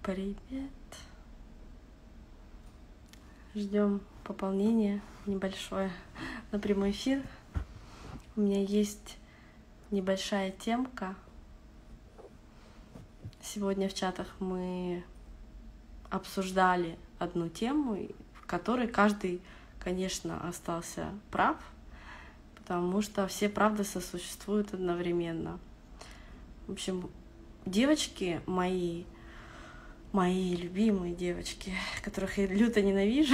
Привет. Ждем пополнения небольшое на прямой эфир. У меня есть небольшая темка. Сегодня в чатах мы обсуждали одну тему, в которой каждый, конечно, остался прав, потому что все правды сосуществуют одновременно. В общем, девочки мои любимые девочки, которых я люто ненавижу,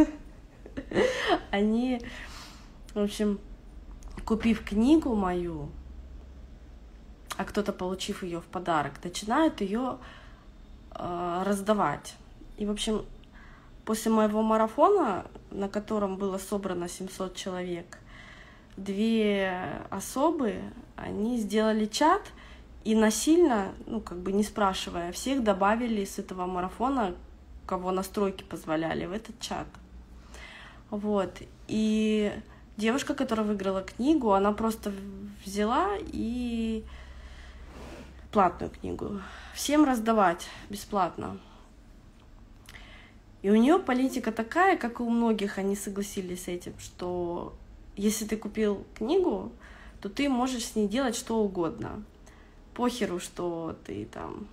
они, в общем, купив книгу мою, а кто-то, получив ее в подарок, начинают ее раздавать. И, в общем, после моего марафона, на котором было собрано 700 человек, две особы, они сделали чат и насильно, не спрашивая всех, добавили с этого марафона, кого настройки позволяли, в этот чат. Вот. И девушка, которая выиграла книгу, она просто взяла и платную книгу всем раздавать бесплатно. И у нее политика такая, как и у многих, они согласились с этим, что если ты купил книгу, то ты можешь с ней делать что угодно. Похеру, что ты там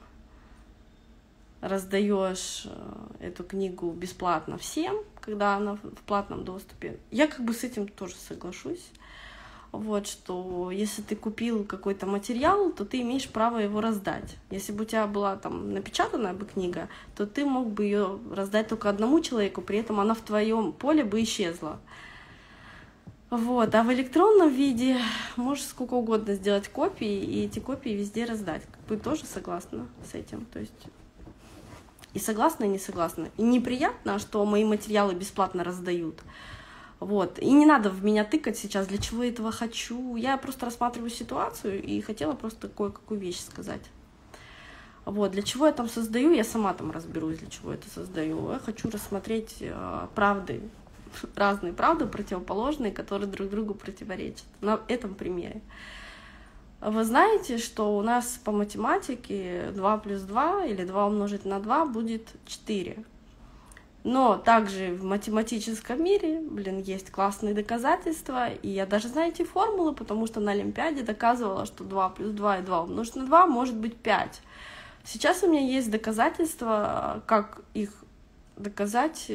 раздаешь эту книгу бесплатно всем, когда она в платном доступе. Я с этим тоже соглашусь. Вот, что если ты купил какой-то материал, то ты имеешь право его раздать. Если бы у тебя была там напечатанная бы книга, то ты мог бы ее раздать только одному человеку, при этом она в твоем поле бы исчезла. Вот, а в электронном виде можешь сколько угодно сделать копии, и эти копии везде раздать. Тоже согласна с этим. То есть и согласна, и не согласна. И неприятно, что мои материалы бесплатно раздают. Вот. И не надо в меня тыкать сейчас, для чего я этого хочу. Я просто рассматриваю ситуацию и хотела просто кое-какую вещь сказать. Вот. Для чего я там создаю, я сама там разберусь, для чего я это создаю. Я хочу рассмотреть правды, разные правды, противоположные, которые друг другу противоречат. На этом примере. Вы знаете, что у нас по математике 2 плюс 2 или 2 умножить на 2 будет 4. Но также в математическом мире, есть классные доказательства, и я даже знаю эти формулы, потому что на Олимпиаде доказывала, что 2 плюс 2 и 2 умножить на 2 может быть 5. Сейчас у меня есть доказательства, как их доказать.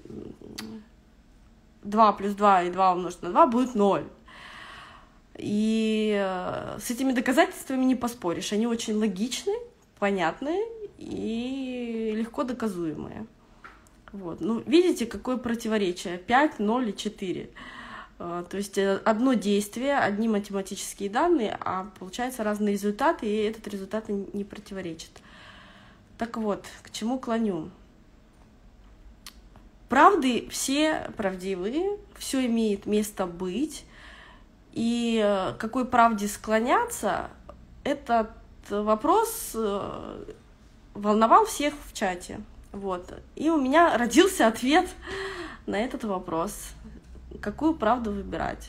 2 плюс 2 и 2 умножить на 2 будет 0. И с этими доказательствами не поспоришь. Они очень логичны, понятны и легко доказуемые. Вот. Видите, какое противоречие? 5, 0 и 4. То есть одно действие, одни математические данные, а получается разные результаты, и этот результат не противоречит. Так вот, к чему клоню? Правды все правдивые, все имеет место быть, и какой правде склоняться, этот вопрос волновал всех в чате. Вот. И у меня родился ответ на этот вопрос. Какую правду выбирать?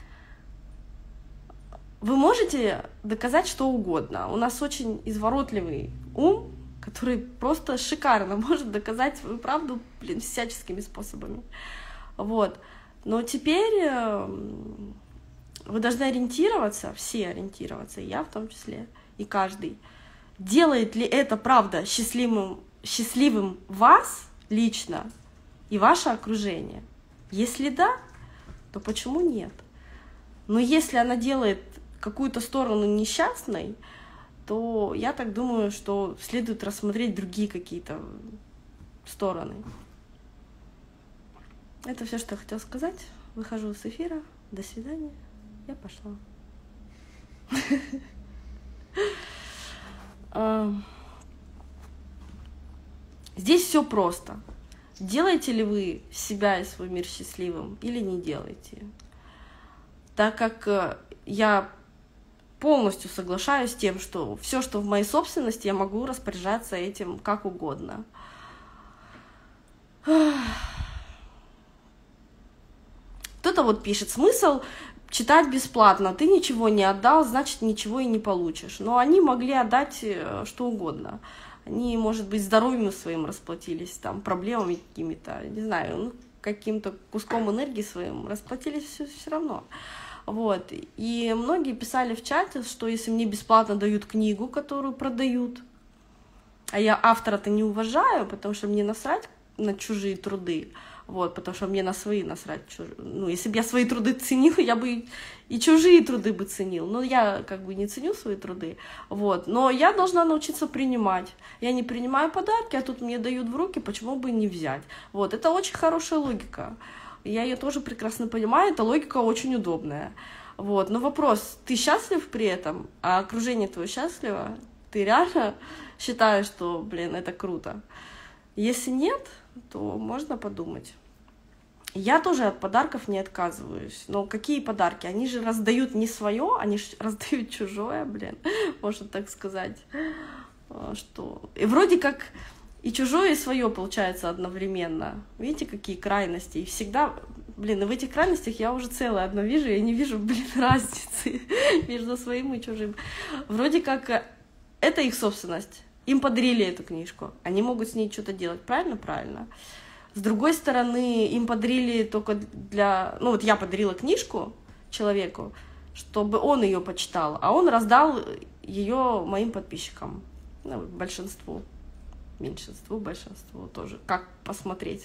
Вы можете доказать что угодно. У нас очень изворотливый ум, который просто шикарно может доказать свою правду, всяческими способами. Вот. Но теперь вы должны ориентироваться, все ориентироваться, и я в том числе, и каждый. Делает ли эта правда счастливым вас лично и ваше окружение? Если да, то почему нет? Но если она делает какую-то сторону несчастной, то я так думаю, что следует рассмотреть другие какие-то стороны. Это все, что я хотела сказать. Выхожу с эфира. До свидания. Я пошла. Здесь все просто. Делаете ли вы себя и свой мир счастливым или не делаете? Так как я полностью соглашаюсь с тем, что все, что в моей собственности, я могу распоряжаться этим как угодно. Кто-то пишет: смысл читать бесплатно, ты ничего не отдал, значит, ничего и не получишь. Но они могли отдать что угодно. они, может быть, здоровьем своим расплатились, там, проблемами какими-то, не знаю, ну, каким-то куском энергии своим расплатились все равно. Вот. И многие писали в чате, что если мне бесплатно дают книгу, которую продают, а я автора-то не уважаю, потому что мне насрать на чужие труды, вот, потому что мне на свои насрать. Ну, если бы я свои труды ценил, я бы и чужие труды бы ценил. Но я как бы не ценю свои труды, вот. Но я должна научиться принимать. Я не принимаю подарки, а тут мне дают в руки, почему бы не взять? Вот, это очень хорошая логика. Я ее тоже прекрасно понимаю, эта логика очень удобная. Вот, но вопрос, ты счастлив при этом, а окружение твое счастливо? Ты реально считаешь, что, блин, это круто? Если нет, то можно подумать. Я тоже от подарков не отказываюсь. Но какие подарки? Они же раздают не свое, они же раздают чужое, блин, можно так сказать. Что... И вроде как и чужое, и свое получается одновременно. Видите, какие крайности? И всегда, блин, и в этих крайностях я уже целое одно вижу, я не вижу, блин, разницы между своим и чужим. Вроде как это их собственность. Им подарили эту книжку, они могут с ней что-то делать, правильно? Правильно. С другой стороны, им подарили только для... Ну вот я подарила книжку человеку, чтобы он ее почитал, а он раздал ее моим подписчикам. Ну, большинству, меньшинству, большинству тоже. Как посмотреть.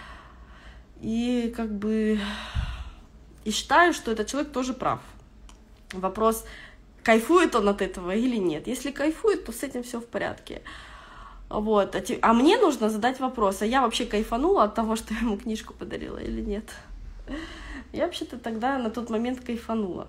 И как бы... И считаю, что этот человек тоже прав. Вопрос... Кайфует он от этого или нет? Если кайфует, то с этим все в порядке. Вот. А мне нужно задать вопрос, а я вообще кайфанула от того, что я ему книжку подарила или нет? Я вообще-то тогда на тот момент кайфанула.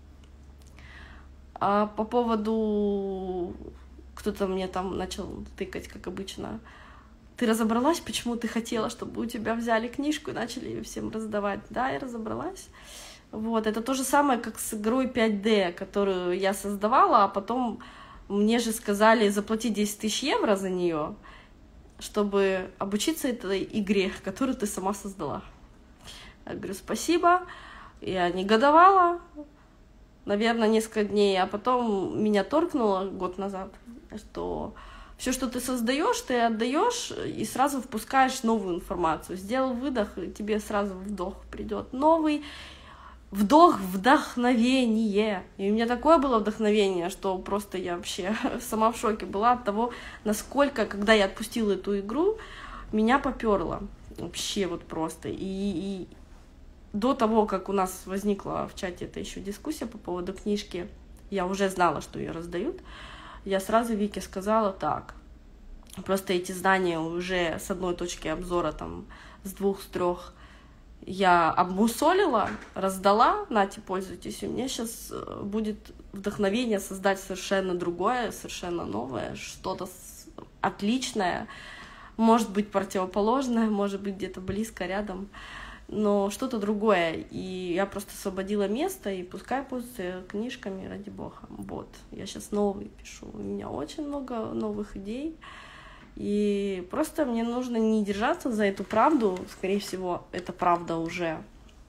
А по поводу... Кто-то мне там начал тыкать, как обычно. Ты разобралась, почему ты хотела, чтобы у тебя взяли книжку и начали ее всем раздавать? Да, я разобралась. Вот, это то же самое, как с игрой 5D, которую я создавала, а потом мне же сказали заплатить 10 тысяч евро за нее, чтобы обучиться этой игре, которую ты сама создала. Я говорю, спасибо, я негодовала, наверное, несколько дней, а потом меня торкнуло год назад, что все, что ты создаешь, ты отдаешь и сразу впускаешь новую информацию. Сделал выдох, и тебе сразу вдох придет новый. Вдох, вдохновение. И у меня такое было вдохновение, что просто я вообще сама в шоке была от того, насколько, когда я отпустила эту игру, меня поперло. Вообще вот просто. И до того, как у нас возникла в чате эта еще дискуссия по поводу книжки, я уже знала, что ее раздают. Я сразу Вике сказала так. Просто эти знания уже с одной точки обзора, там, с двух, с трех, я обмусолила, раздала, нате, пользуйтесь, и у меня сейчас будет вдохновение создать совершенно другое, совершенно новое, что-то отличное, может быть противоположное, может быть где-то близко, рядом, но что-то другое. И я просто освободила место, и пускай пользуются книжками, ради бога. Вот, я сейчас новые пишу, у меня очень много новых идей. И просто мне нужно не держаться за эту правду, скорее всего, эта правда уже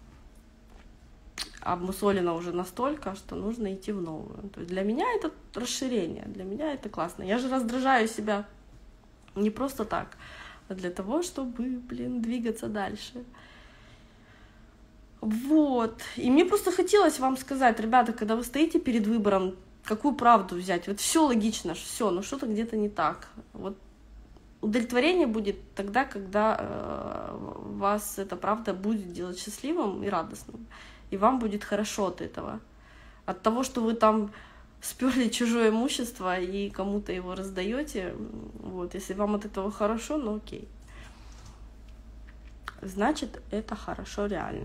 обмусолена уже настолько, что нужно идти в новую. То есть для меня это расширение, для меня это классно. Я же раздражаю себя не просто так, а для того, чтобы, блин, двигаться дальше. Вот. И мне просто хотелось вам сказать, ребята, когда вы стоите перед выбором, какую правду взять, вот все логично, все, но что-то где-то не так. Вот удовлетворение будет тогда, когда вас эта правда будет делать счастливым и радостным. И вам будет хорошо от этого. От того, что вы там сперли чужое имущество и кому-то его раздаете. Вот, если вам от этого хорошо, ну окей. Значит, это хорошо реально.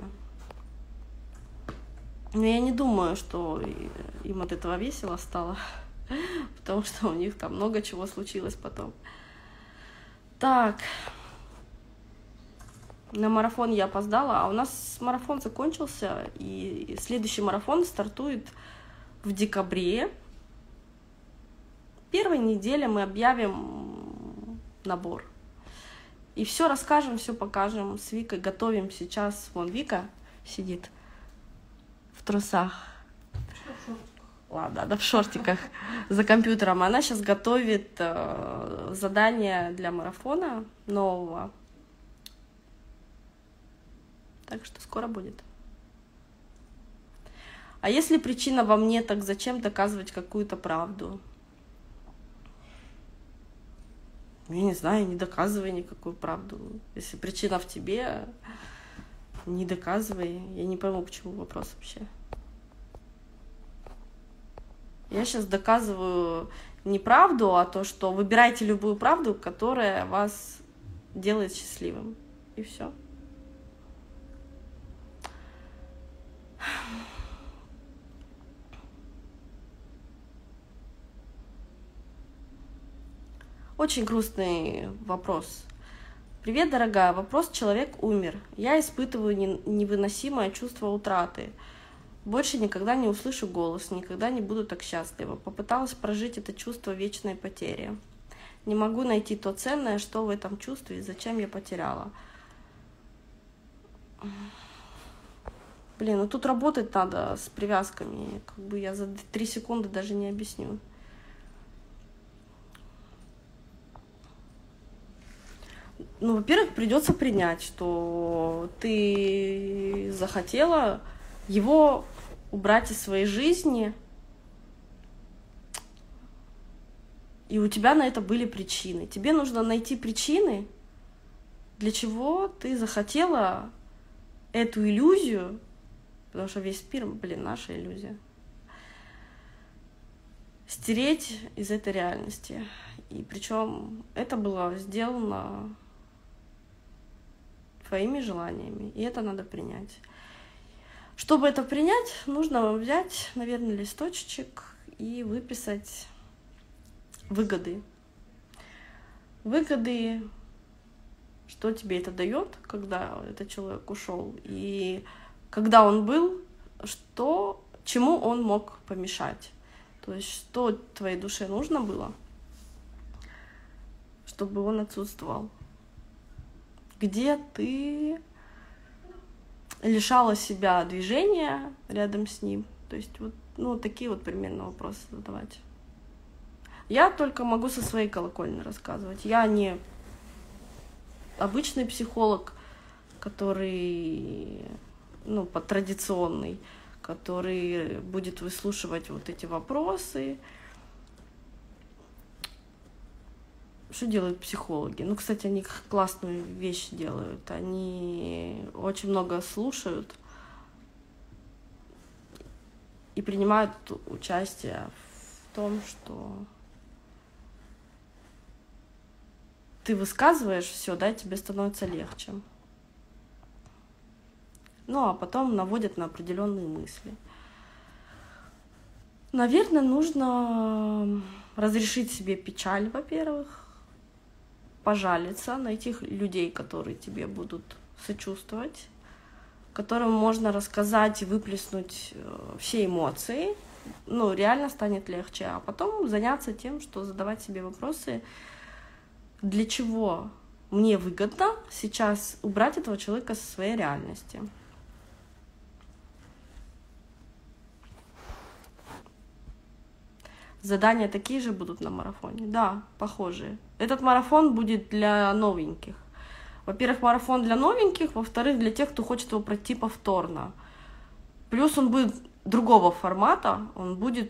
Но я не думаю, что им от этого весело стало. Потому что у них там много чего случилось потом. Так, на марафон я опоздала, а у нас марафон закончился, и следующий марафон стартует в декабре. Первой неделе мы объявим набор. И все расскажем, все покажем. С Викой готовим сейчас. Вон Вика сидит в трусах. ладно, она в шортиках за компьютером. Она сейчас готовит задание для марафона нового. Так что скоро будет. А если причина во мне, так зачем доказывать какую-то правду? Я не знаю, не доказывай никакую правду. Если причина в тебе, не доказывай. Я не пойму, к чему вопрос вообще. Я сейчас доказываю не правду, а то, что выбирайте любую правду, которая вас делает счастливым. И все. Очень грустный вопрос. Привет, дорогая. Вопрос: человек умер. Я испытываю невыносимое чувство утраты. Больше никогда не услышу голос, никогда не буду так счастлива. Попыталась прожить это чувство вечной потери. Не могу найти то ценное, что в этом чувстве и зачем я потеряла. Блин, ну тут работать надо с привязками. Как бы я за 3 секунды даже не объясню. Ну, во-первых, придется принять, что ты захотела его убрать из своей жизни, и у тебя на это были причины. Тебе нужно найти причины, для чего ты захотела эту иллюзию, потому что весь мир, блин, наша иллюзия, стереть из этой реальности. И причем это было сделано твоими желаниями, и это надо принять. Чтобы это принять, нужно взять, наверное, листочек и выписать выгоды. Выгоды, что тебе это дает, когда этот человек ушел, и когда он был, чему он мог помешать. То есть, что твоей душе нужно было, чтобы он отсутствовал. Где ты лишала себя движения рядом с ним. То есть вот, ну, такие вот примерно вопросы задавать. Я только могу со своей колокольни рассказывать. Я не обычный психолог, который, ну, традиционный, который будет выслушивать вот эти вопросы. Что делают психологи? Ну, кстати, они классную вещь делают. Они очень много слушают и принимают участие в том, что ты высказываешь все, да, тебе становится легче. Ну, а потом наводят на определенные мысли. Наверное, нужно разрешить себе печаль, во-первых, пожалиться, найти людей, которые тебе будут сочувствовать, которым можно рассказать и выплеснуть все эмоции. Ну, реально станет легче. А потом заняться тем, что задавать себе вопросы, для чего мне выгодно сейчас убрать этого человека со своей реальности. Задания такие же будут на марафоне? Да, похожие. Этот марафон будет для новеньких. Во-первых, марафон для новеньких, во-вторых, для тех, кто хочет его пройти повторно. Плюс он будет другого формата, он будет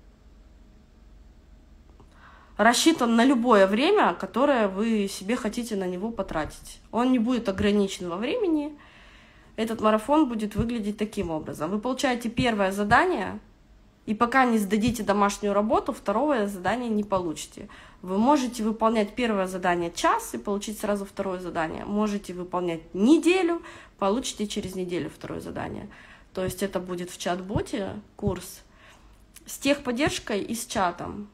рассчитан на любое время, которое вы себе хотите на него потратить. Он не будет ограничен во времени. Этот марафон будет выглядеть таким образом. Вы получаете первое задание, и пока не сдадите домашнюю работу, второе задание не получите. Вы можете выполнять первое задание час и получить сразу второе задание. Можете выполнять неделю, получите через неделю второе задание. То есть это будет в чат-боте курс с техподдержкой и с чатом.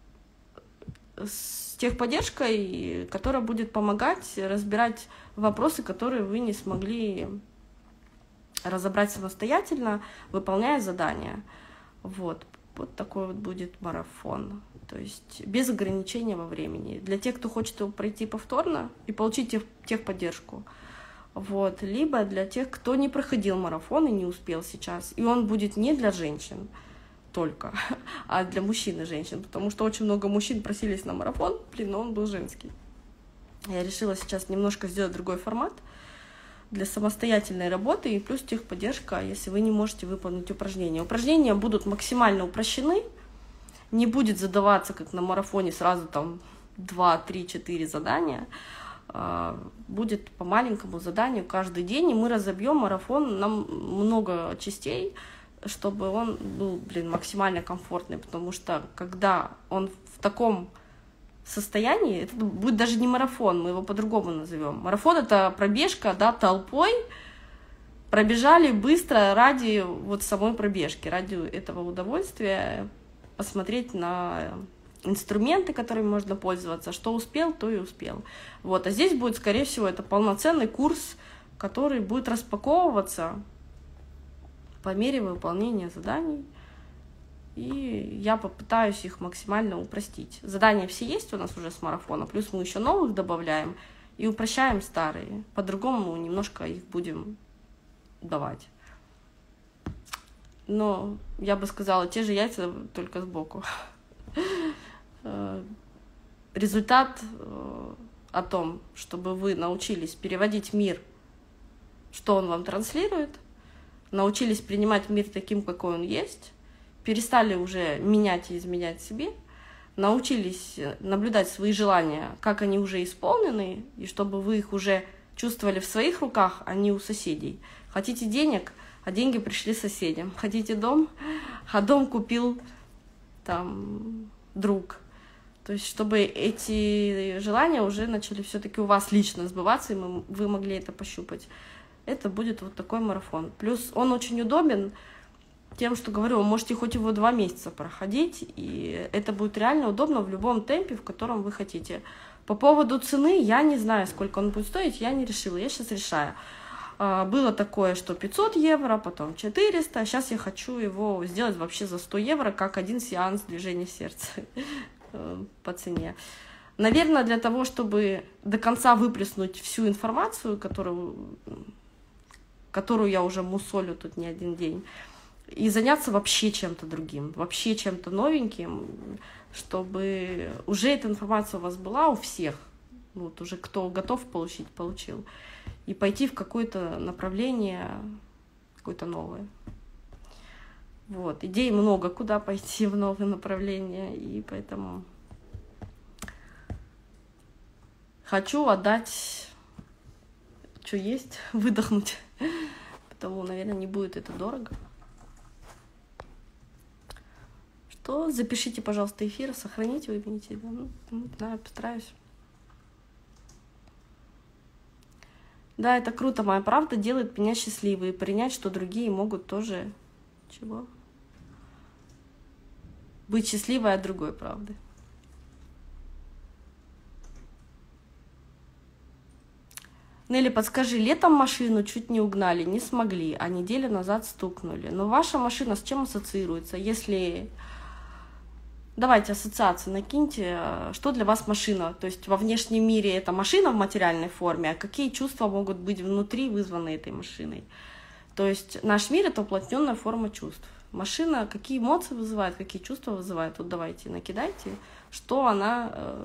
С техподдержкой, которая будет помогать разбирать вопросы, которые вы не смогли разобрать самостоятельно, выполняя задания. Вот такой вот будет марафон. То есть без ограничения во времени. Для тех, кто хочет его пройти повторно и получить техподдержку. Вот. Либо для тех, кто не проходил марафон и не успел сейчас. И он будет не для женщин. только, а для мужчин и женщин, потому что очень много мужчин просились на марафон, но он был женский. Я решила сейчас немножко сделать другой формат для самостоятельной работы и плюс техподдержка, если вы не можете выполнить упражнения. Упражнения будут максимально упрощены, не будет задаваться, как на марафоне, сразу там 2, 3, 4 задания. Будет по маленькому заданию каждый день, и мы разобьем марафон на много частей, чтобы он был, максимально комфортный, потому что когда он в таком состоянии, это будет даже не марафон, мы его по-другому назовем. Марафон — это пробежка, да, толпой, пробежали быстро ради вот самой пробежки, ради этого удовольствия, посмотреть на инструменты, которыми можно пользоваться, что успел, то и успел. Вот. А здесь будет, скорее всего, это полноценный курс, который будет распаковываться по мере выполнения заданий. И я попытаюсь их максимально упростить. Задания все есть у нас уже с марафона, плюс мы еще новых добавляем и упрощаем старые. По-другому немножко их будем давать. Но я бы сказала, те же яйца, только сбоку. Результат о том, чтобы вы научились переводить мир, что он вам транслирует, научились принимать мир таким, какой он есть, перестали уже менять и изменять себе, научились наблюдать свои желания, как они уже исполнены, и чтобы вы их уже чувствовали в своих руках, а не у соседей. Хотите денег, а деньги пришли соседям. Хотите дом, а дом купил там друг. То есть, чтобы эти желания уже начали все-таки у вас лично сбываться, и вы могли это пощупать. Это будет вот такой марафон. Плюс он очень удобен тем, что, говорю, вы можете хоть его 2 месяца проходить, и это будет реально удобно в любом темпе, в котором вы хотите. По поводу цены, я не знаю, сколько он будет стоить, я не решила, я сейчас решаю. Было такое, что 500 евро, потом 400, а сейчас я хочу его сделать вообще за 100 евро, как один сеанс движения сердца по цене. Наверное, для того, чтобы до конца выплеснуть всю информацию, которую я уже мусолю тут не один день, и заняться вообще чем-то другим, вообще чем-то новеньким, чтобы уже эта информация у вас была у всех, вот уже кто готов получить, получил, и пойти в какое-то направление, какое-то новое. Вот. Идей много, куда пойти в новые направления, и поэтому хочу отдать, что есть, выдохнуть, потому, наверное, не будет это дорого. Что? Запишите, пожалуйста, эфир, сохраните, выберите. Да, постараюсь. Да, это круто, моя правда делает меня счастливой, и принять, что другие могут тоже... Чего? Быть счастливой от другой правды. Нелли, подскажи, летом машину чуть не угнали, не смогли, а неделю назад стукнули. Но ваша машина с чем ассоциируется? Если... Давайте ассоциации накиньте, что для вас машина. То есть во внешнем мире это машина в материальной форме, а какие чувства могут быть внутри вызваны этой машиной. То есть наш мир — это уплотненная форма чувств. Машина какие эмоции вызывает, какие чувства вызывает. Вот давайте накидайте, что она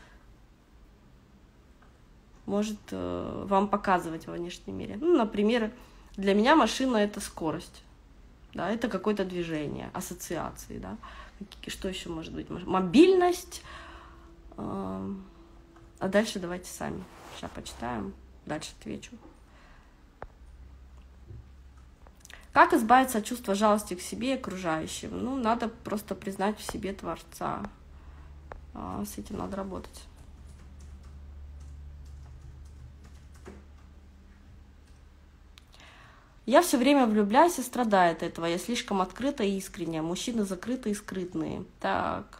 может вам показывать во внешнем мире. Ну, например, для меня машина — это скорость, да, это какое-то движение, ассоциации, да. Что еще может быть? Мобильность. А дальше давайте сами. Сейчас почитаем, дальше отвечу. Как избавиться от чувства жалости к себе и окружающим? Ну, надо просто признать в себе Творца. С этим надо работать. Я все время влюбляюсь и страдаю от этого. Я слишком открыта и искренняя. Мужчины закрытые и скрытные. Так.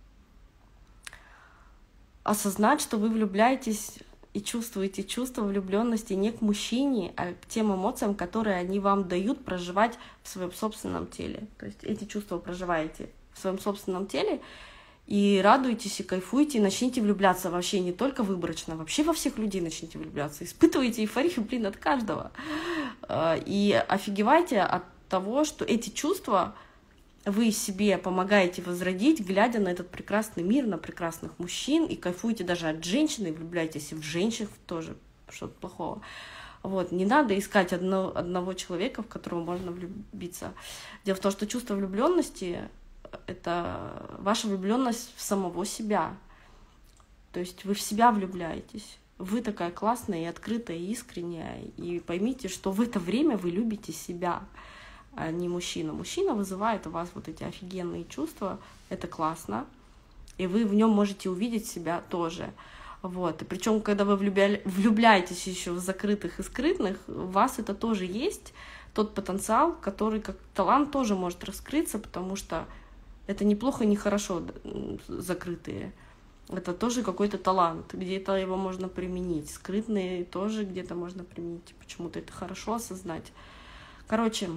Осознать, что вы влюбляетесь и чувствуете чувство влюбленности не к мужчине, а к тем эмоциям, которые они вам дают проживать в своем собственном теле. То есть эти чувства проживаете в своем собственном теле и радуйтесь, и кайфуйте, и начните влюбляться вообще не только выборочно, вообще во всех людей начните влюбляться. Испытывайте эйфорию, от каждого. И офигевайте от того, что эти чувства, вы себе помогаете возродить, глядя на этот прекрасный мир, на прекрасных мужчин, и кайфуете даже от женщины, влюбляетесь и в женщин тоже, что-то плохого. Вот. Не надо искать одного человека, в которого можно влюбиться. Дело в том, что чувство влюбленности — это ваша влюбленность в самого себя. То есть вы в себя влюбляетесь. Вы такая классная и открытая, и искренняя. И поймите, что в это время вы любите себя, а не мужчину. Мужчина вызывает у вас вот эти офигенные чувства, это классно, и вы в нем можете увидеть себя тоже. Вот. И причем, когда вы влюбляетесь еще в закрытых и скрытных, у вас это тоже есть, тот потенциал, который как талант тоже может раскрыться, потому что это неплохо и нехорошо закрытые. Это тоже какой-то талант, где-то его можно применить. Скрытные тоже где-то можно применить. Почему-то это хорошо осознать. Короче,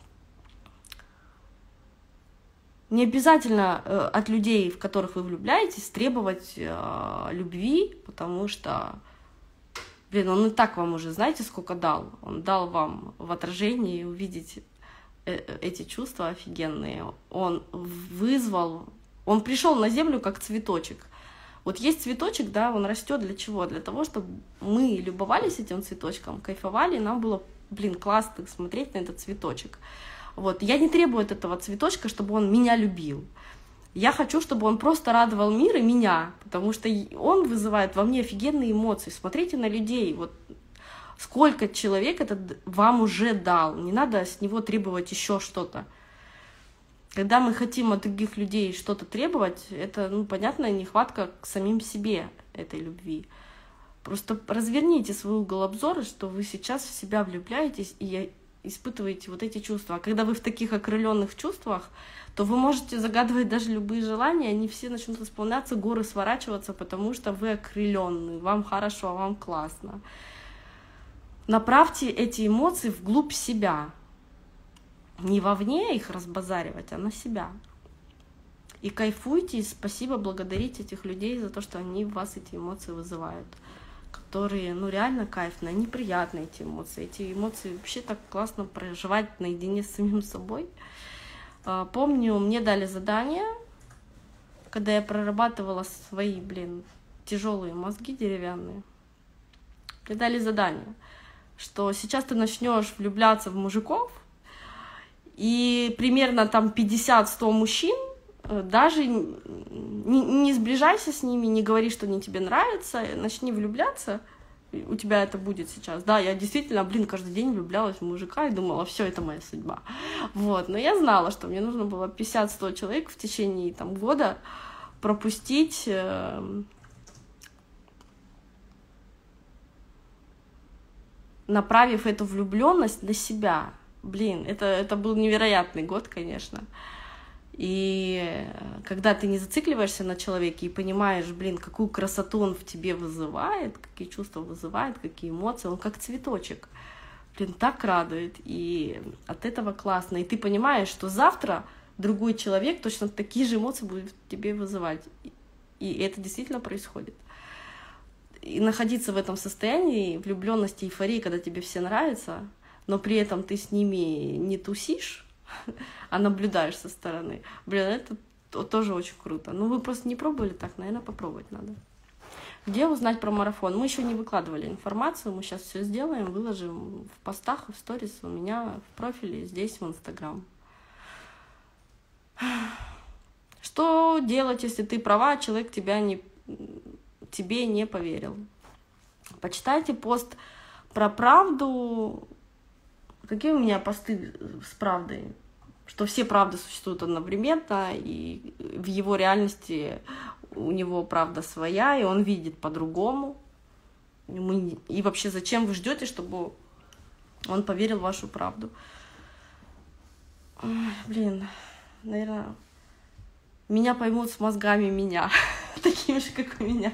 не обязательно от людей, в которых вы влюбляетесь, требовать любви, потому что, он и так вам уже, знаете, сколько дал. Он дал вам в отражении увидеть эти чувства офигенные. Он пришел на землю как цветочек. Вот есть цветочек, да, он растет для чего? Для того, чтобы мы любовались этим цветочком, кайфовали, и нам было, классно смотреть на этот цветочек. Вот. Я не требую от этого цветочка, чтобы он меня любил. Я хочу, чтобы он просто радовал мир и меня, потому что он вызывает во мне офигенные эмоции. Смотрите на людей, вот сколько человек этот вам уже дал. Не надо с него требовать еще что-то. Когда мы хотим от других людей что-то требовать, это, понятная нехватка к самим себе этой любви. Просто разверните свой угол обзора, что вы сейчас в себя влюбляетесь и испытываете вот эти чувства. А когда вы в таких окрыленных чувствах, то вы можете загадывать даже любые желания, они все начнут исполняться, горы сворачиваться, потому что вы окрыленные, вам хорошо, вам классно. Направьте эти эмоции вглубь себя. Не вовне их разбазаривать, а на себя. И кайфуйте, и спасибо, благодарите этих людей за то, что они в вас эти эмоции вызывают, которые, реально кайфные, они приятные, эти эмоции. Эти эмоции вообще так классно проживать наедине с самим собой. Помню, мне дали задание, когда я прорабатывала свои, тяжелые мозги деревянные. Мне дали задание, что сейчас ты начнешь влюбляться в мужиков, и примерно там 50-100 мужчин, даже не сближайся с ними, не говори, что они тебе нравятся, начни влюбляться, у тебя это будет сейчас. Да, я действительно, каждый день влюблялась в мужика и думала, все, это моя судьба. Вот, но я знала, что мне нужно было 50-100 человек в течение года пропустить, направив эту влюбленность на себя. Это был невероятный год, конечно. И когда ты не зацикливаешься на человеке и понимаешь, какую красоту он в тебе вызывает, какие чувства вызывает, какие эмоции, он как цветочек. Так радует. И от этого классно. И ты понимаешь, что завтра другой человек точно такие же эмоции будет в тебе вызывать. И это действительно происходит. И находиться в этом состоянии влюбленности, эйфории, когда тебе все нравится, но при этом ты с ними не тусишь, а наблюдаешь со стороны. Это тоже очень круто. Вы просто не пробовали так, наверное, попробовать надо. Где узнать про марафон? Мы еще не выкладывали информацию, мы сейчас все сделаем, выложим в постах, в сторис у меня в профиле, здесь в Инстаграм. Что делать, если ты права, а человек тебе не поверил? Почитайте пост про правду. Какие у меня посты с правдой? Что все правды существуют одновременно, и в его реальности у него правда своя, и он видит по-другому. И вообще, зачем вы ждете, чтобы он поверил в вашу правду? Наверное, меня поймут с мозгами меня, такими же, как у меня.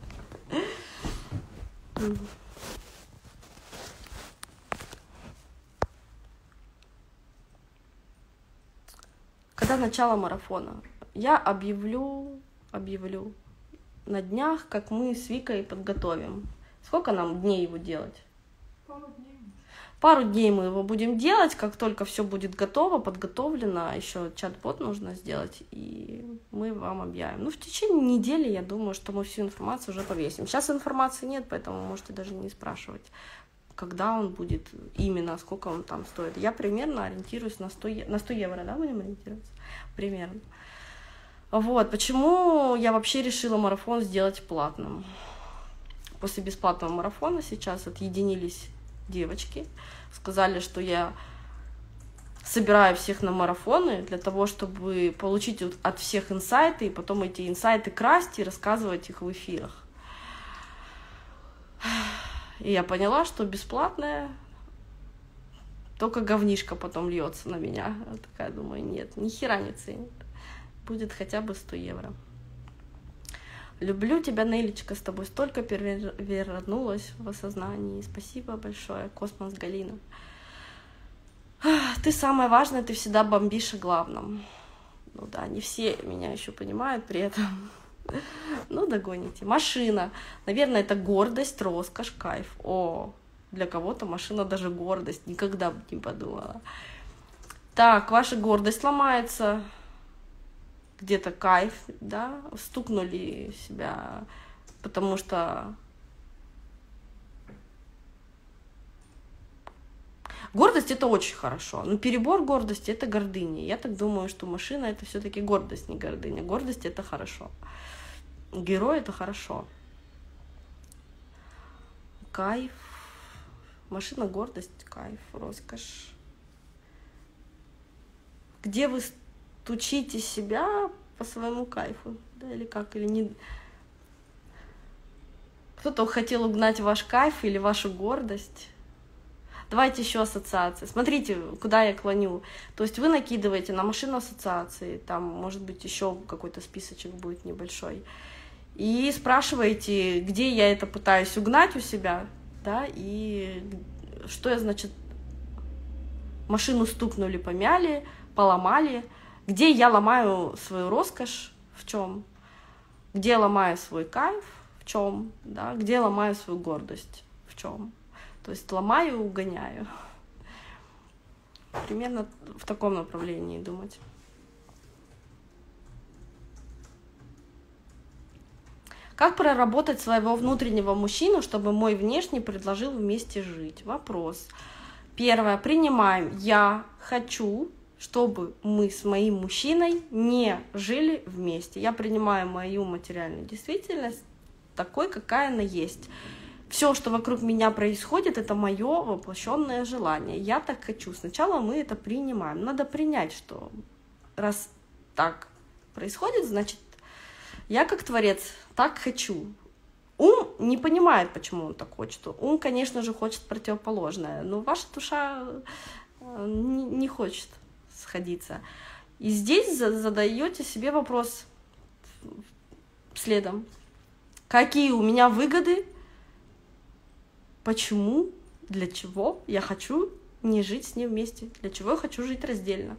Когда начало марафона? Я объявлю на днях, как мы с Викой подготовим. Сколько нам дней его делать? Пару дней. Пару дней мы его будем делать, как только все будет готово, подготовлено, еще чат-бот нужно сделать, и мы вам объявим. Ну, в течение недели, я думаю, что мы всю информацию уже повесим. Сейчас информации нет, поэтому можете даже не спрашивать, когда он будет именно, сколько он там стоит. Я примерно ориентируюсь на 100 евро, да, будем ориентироваться? Примерно. Вот, почему я вообще решила марафон сделать платным. После бесплатного марафона сейчас отъединились девочки, сказали, что я собираю всех на марафоны для того, чтобы получить от всех инсайты, и потом эти инсайты красть и рассказывать их в эфирах. И я поняла, что бесплатное, только говнишко потом льется на меня. Я такая думаю, нет, ни хера не ценит. Будет хотя бы 100 евро. Люблю тебя, Нелечка, с тобой столько перевернулась в осознании. Спасибо большое, Космос Галина. Ты самое важное, ты всегда бомбишь о главном. Ну да, не все меня еще понимают при этом. Ну, догоните. Машина. Наверное, это гордость, роскошь, кайф. О, для кого-то машина даже гордость. Никогда бы не подумала. Так, ваша гордость ломается. Где-то кайф, да, стукнули себя, потому что гордость — это очень хорошо, но перебор гордости — это гордыня. Я так думаю, что машина — это все-таки гордость, не гордыня. Гордость — это хорошо. Герой — это хорошо. Кайф. Машина, гордость, кайф, роскошь. Где вы стучите себя по своему кайфу, да, или как, или не... Кто-то хотел угнать ваш кайф или вашу гордость. Давайте еще ассоциации. Смотрите, куда я клоню. То есть вы накидываете на машину ассоциации, там, может быть, еще какой-то списочек будет небольшой, и спрашиваете, где я это пытаюсь угнать у себя, да, и что я, значит, машину стукнули, помяли, поломали. Где я ломаю свою роскошь, в чем? Где я ломаю свой кайф, в чем? Да? Где я ломаю свою гордость, в чем? То есть ломаю, угоняю. Примерно в таком направлении думать. Как проработать своего внутреннего мужчину, чтобы мой внешний предложил вместе жить? Вопрос. Первое. Принимаем. Я хочу, чтобы мы с моим мужчиной не жили вместе. Я принимаю мою материальную действительность такой, какая она есть. Все, что вокруг меня происходит, это мое воплощенное желание. Я так хочу. Сначала мы это принимаем. Надо принять, что раз так происходит, значит, я как творец так хочу. Ум не понимает, почему он так хочет. Ум, конечно же, хочет противоположное, но ваша душа не хочет сходиться. И здесь задаете себе вопрос следом. Какие у меня выгоды? Почему? Для чего я хочу не жить с ним вместе? Для чего я хочу жить раздельно?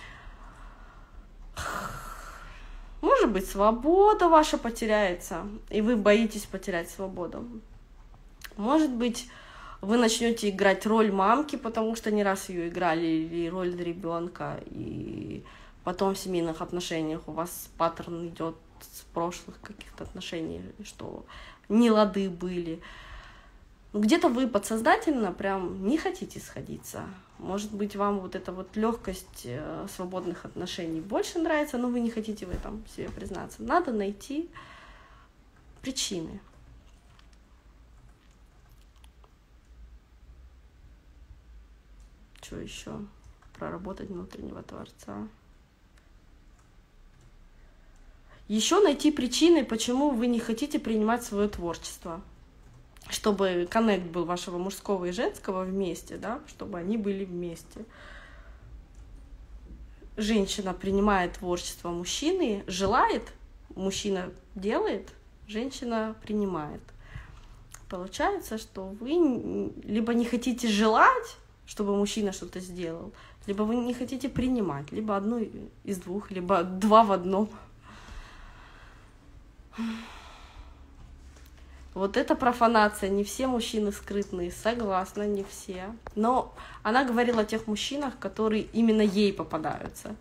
Может быть, свобода ваша потеряется, и вы боитесь потерять свободу. Может быть, вы начнете играть роль мамки, потому что не раз ее играли, или роль ребенка, и потом в семейных отношениях у вас паттерн идет с прошлых каких-то отношений, что не лады были. Где-то вы подсознательно прям не хотите сходиться. Может быть, вам вот эта вот легкость свободных отношений больше нравится, но вы не хотите в этом себе признаться. Надо найти причины. Что еще? Проработать внутреннего Творца. Еще найти причины, почему вы не хотите принимать свое творчество. Чтобы коннект был вашего мужского и женского вместе, да, чтобы они были вместе. Женщина принимает творчество мужчины, желает, мужчина делает, женщина принимает. Получается, что вы либо не хотите желать, чтобы мужчина что-то сделал, либо вы не хотите принимать, либо одно из двух, либо два в одном. Вот это профанация, не все мужчины скрытные, согласна, не все. Но она говорила о тех мужчинах, которые именно ей попадаются.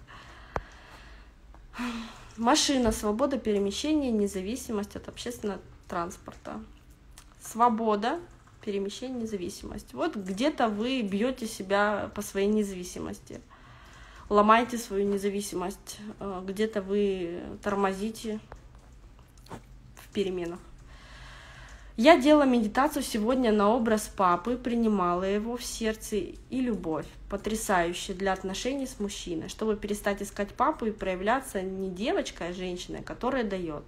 Машина, свобода перемещения, независимость от общественного транспорта. Свобода, перемещение, независимость. Вот где-то вы бьете себя по своей независимости, ломаете свою независимость, где-то вы тормозите в переменах. Я делала медитацию сегодня на образ папы, принимала его в сердце и любовь, потрясающая для отношений с мужчиной, чтобы перестать искать папу и проявляться не девочкой, а женщиной, которая дает.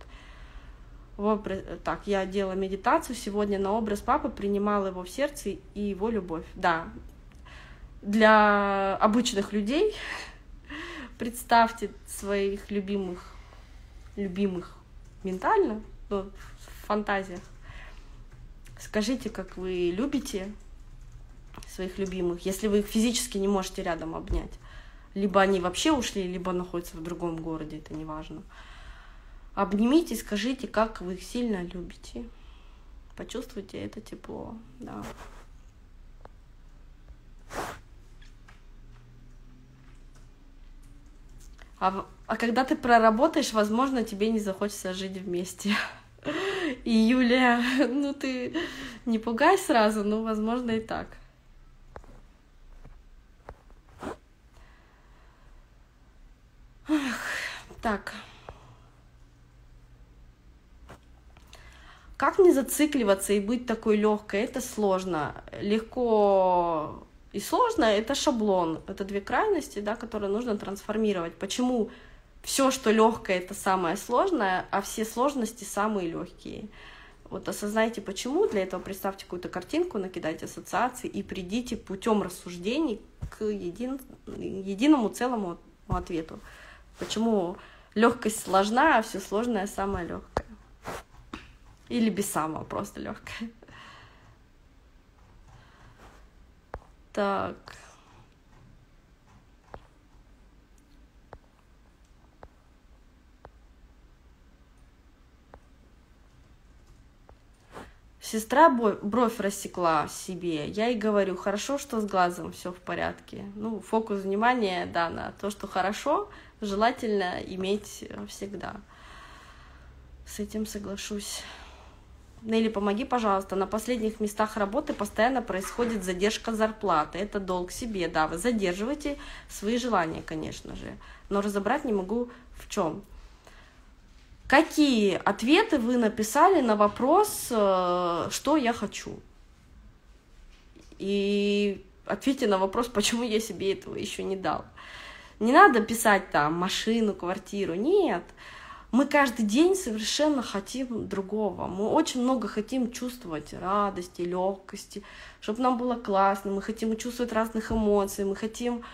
Так, я делала медитацию сегодня на образ папы, принимала его в сердце и его любовь. Да, для обычных людей представьте своих любимых ментально, в фантазиях. Скажите, как вы любите своих любимых, если вы их физически не можете рядом обнять. Либо они вообще ушли, либо находятся в другом городе, это не важно. Обнимите и скажите, как вы их сильно любите. Почувствуйте это тепло, да. А когда ты проработаешь, возможно, тебе не захочется жить вместе. И Юлия, ну ты не пугай сразу, но возможно и так. Так. Как не зацикливаться и быть такой легкой? Это сложно. Легко и сложно — это шаблон. Это две крайности, да, которые нужно трансформировать. Почему все, что легкое, это самое сложное, а все сложности самые легкие? Вот осознайте, почему. Для этого представьте какую-то картинку, накидайте ассоциации и придите путем рассуждений к единому целому ответу. Почему легкость сложна, а все сложное самое легкое? Или без самого, просто легкое. Так. Сестра бровь рассекла себе. Я ей говорю, хорошо, что с глазом все в порядке. Ну, фокус внимания, да, на то, что хорошо, желательно иметь всегда. С этим соглашусь. Нелли, помоги, пожалуйста. На последних местах работы постоянно происходит задержка зарплаты. Это долг себе, да, вы задерживаете свои желания, конечно же. Но разобрать не могу в чем. Какие ответы вы написали на вопрос, что я хочу? И ответьте на вопрос, почему я себе этого еще не дал. Не надо писать там машину, квартиру. Нет. Мы каждый день совершенно хотим другого. Мы очень много хотим чувствовать радости, легкости, чтобы нам было классно. Мы хотим чувствовать разных эмоций. Мы хотим...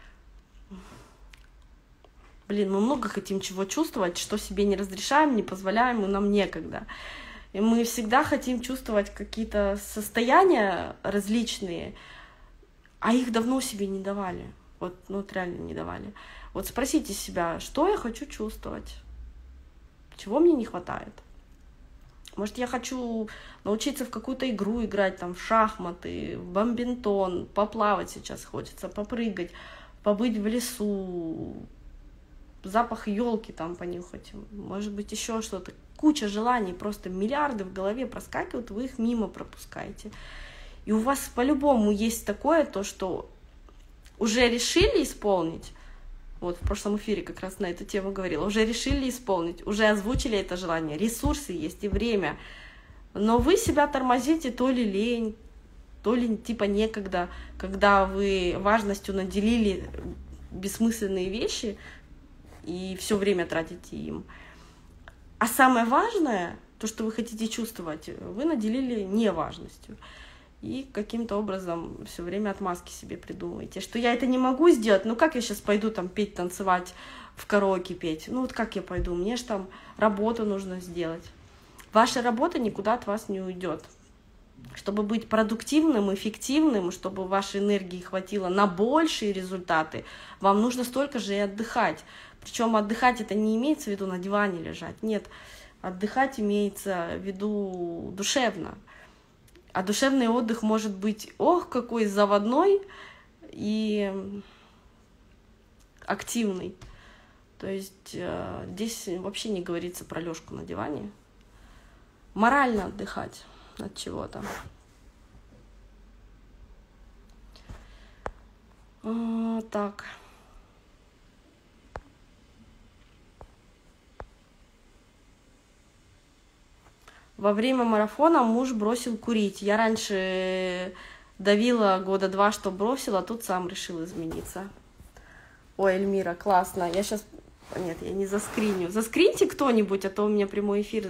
мы много хотим чего чувствовать, что себе не разрешаем, не позволяем, и нам некогда. И мы всегда хотим чувствовать какие-то состояния различные, а их давно себе не давали. Вот реально не давали. Вот спросите себя, что я хочу чувствовать? Чего мне не хватает? Может, я хочу научиться в какую-то игру играть, там, в шахматы, в бадминтон, поплавать сейчас хочется, попрыгать, побыть в лесу, запах елки там понюхать, может быть, еще что-то. Куча желаний, просто миллиарды в голове проскакивают, вы их мимо пропускаете. И у вас по-любому есть такое, то, что уже решили исполнить. Вот в прошлом эфире как раз на эту тему говорила. Уже решили исполнить, уже озвучили это желание. Ресурсы есть и время. Но вы себя тормозите, то ли лень, то ли типа некогда, когда вы важностью наделили бессмысленные вещи и все время тратите им. А самое важное, то, что вы хотите чувствовать, вы наделили неважностью. И каким-то образом все время отмазки себе придумываете, что я это не могу сделать, ну как я сейчас пойду там петь, танцевать, в караоке петь, ну вот как я пойду, мне же там работу нужно сделать. Ваша работа никуда от вас не уйдет. Чтобы быть продуктивным, эффективным, чтобы вашей энергии хватило на большие результаты, вам нужно столько же и отдыхать. Причем отдыхать это не имеется в виду на диване лежать, нет. Отдыхать имеется в виду душевно. А душевный отдых может быть, ох, какой заводной и активный. То есть здесь вообще не говорится про лёжку на диване. Морально отдыхать от чего-то. Так. Во время марафона муж бросил курить. Я раньше давила 2 года, что бросила, а тут сам решил измениться. Ой, Эльмира, классно. Я сейчас... Нет, я не заскриню. Заскриньте кто-нибудь, а то у меня прямой эфир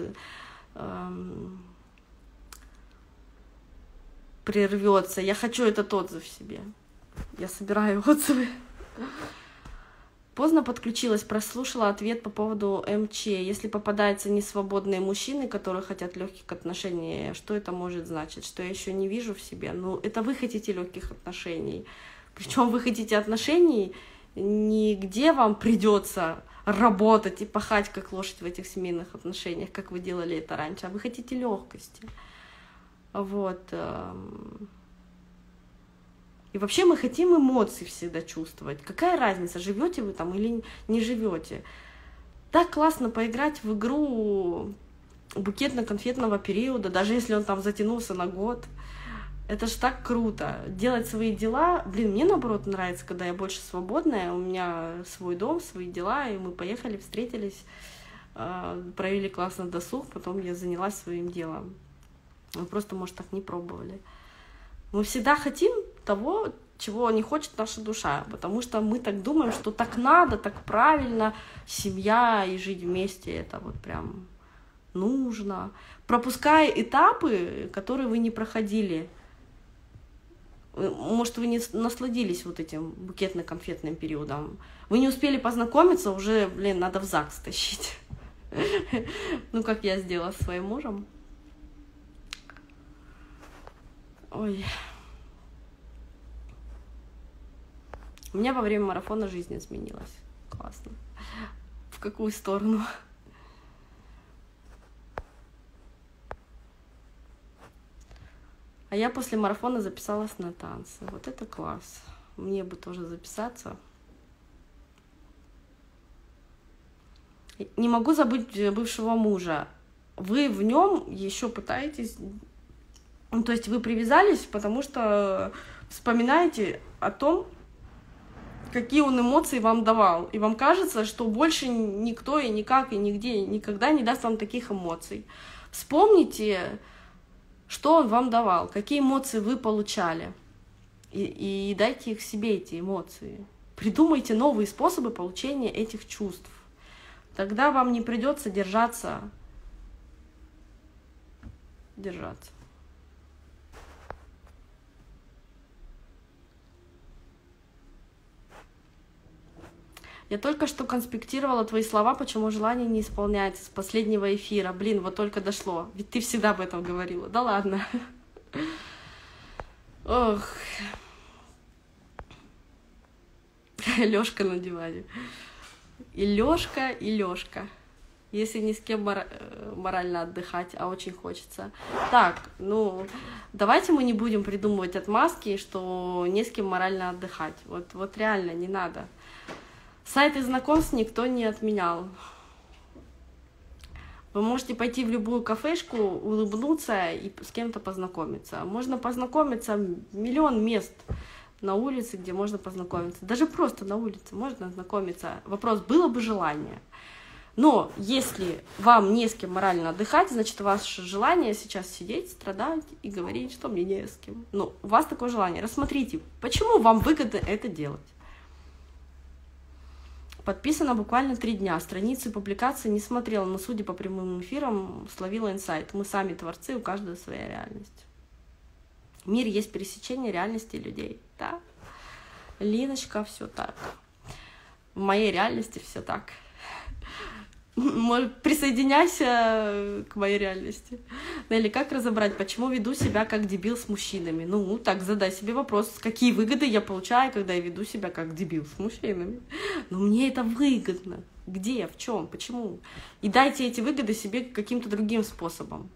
прервется. Я хочу этот отзыв себе. Я собираю отзывы. Поздно подключилась, прослушала ответ по поводу МЧ. Если попадаются несвободные мужчины, которые хотят легких отношений, что это может значить? Что я еще не вижу в себе? Ну, это вы хотите легких отношений. Причем вы хотите отношений, не где вам придется работать и пахать, как лошадь в этих семейных отношениях, как вы делали это раньше, а вы хотите легкости. Вот. И вообще мы хотим эмоции всегда чувствовать. Какая разница, живете вы там или не живете? Так классно поиграть в игру букетно-конфетного периода, даже если он там затянулся на год. Это ж так круто. Делать свои дела. Блин, мне наоборот нравится, когда я больше свободная. У меня свой дом, свои дела, и мы поехали, встретились, провели классно досуг, потом я занялась своим делом. Вы просто, может, так не пробовали. Мы всегда хотим того, чего не хочет наша душа, потому что мы так думаем, что так надо, так правильно, семья и жить вместе, это вот прям нужно. Пропуская этапы, которые вы не проходили. Может, вы не насладились вот этим букетно-конфетным периодом. Вы не успели познакомиться, уже, блин, надо в ЗАГС тащить. Ну, как я сделала с своим мужем. Ой. У меня во время марафона жизнь изменилась. Классно. В какую сторону? А я после марафона записалась на танцы. Вот это класс. Мне бы тоже записаться. Не могу забыть бывшего мужа. Вы в нем еще пытаетесь... Ну, то есть вы привязались, потому что вспоминаете о том, какие он эмоции вам давал. И вам кажется, что больше никто и никак, и нигде, и никогда не даст вам таких эмоций. Вспомните, что он вам давал, какие эмоции вы получали. И дайте их себе, эти эмоции. Придумайте новые способы получения этих чувств. Тогда вам не придется держаться. Я только что конспектировала твои слова, почему желание не исполняется с последнего эфира. Блин, вот только дошло. Ведь ты всегда об этом говорила. Да ладно. Ох. Лёшка на диване. И Лёшка. Если ни с кем морально отдыхать, а очень хочется. Так, ну, давайте мы не будем придумывать отмазки, что не с кем морально отдыхать. Вот реально не надо. Сайты знакомств никто не отменял. Вы можете пойти в любую кафешку, улыбнуться и с кем-то познакомиться. Можно познакомиться, миллион мест на улице, где можно познакомиться. Даже просто на улице можно знакомиться. Вопрос, было бы желание. Но если вам не с кем морально отдыхать, значит, ваше желание сейчас сидеть, страдать и говорить, что мне не с кем. Но у вас такое желание. Рассмотрите, почему вам выгодно это делать. Подписано буквально 3 дня. Страницы публикации не смотрела, но, судя по прямым эфирам, словила инсайт. Мы сами творцы, у каждого своя реальность. В мире есть пересечение реальности людей. Да? Линочка, все так. В моей реальности все так. Может, присоединяйся к моей реальности. Или как разобрать, почему веду себя как дебил с мужчинами? Ну, так, задай себе вопрос, какие выгоды я получаю, когда я веду себя как дебил с мужчинами. Ну, мне это выгодно. Где, в чем, почему? И дайте эти выгоды себе каким-то другим способом.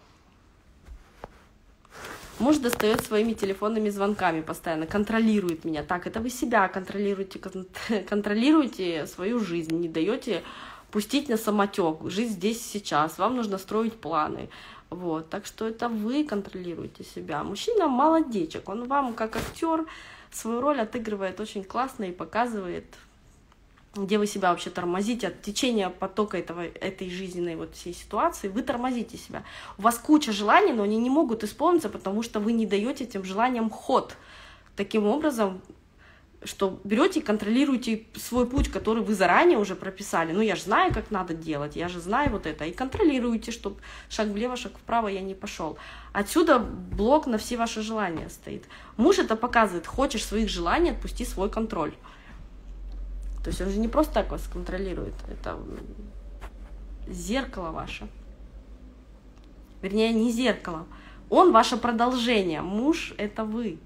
Муж достает своими телефонными звонками постоянно, контролирует меня. Так, это вы себя контролируете, контролируете свою жизнь, не даете пустить на самотек, жить здесь сейчас, вам нужно строить планы. Вот, так что это вы контролируете себя. Мужчина молодечек, он вам как актер свою роль отыгрывает очень классно и показывает, где вы себя вообще тормозите от течения потока этой жизненной вот всей ситуации, вы тормозите себя. У вас куча желаний, но они не могут исполниться, потому что вы не даете этим желаниям ход. Таким образом, что берете и контролируете свой путь, который вы заранее уже прописали. Ну, я же знаю, как надо делать, я же знаю вот это. И контролируете, чтобы шаг влево, шаг вправо я не пошел. Отсюда блок на все ваши желания стоит. Муж это показывает. Хочешь своих желаний, отпусти свой контроль. То есть он же не просто так вас контролирует. Это зеркало ваше. Вернее, не зеркало. Он ваше продолжение. Муж — это вы.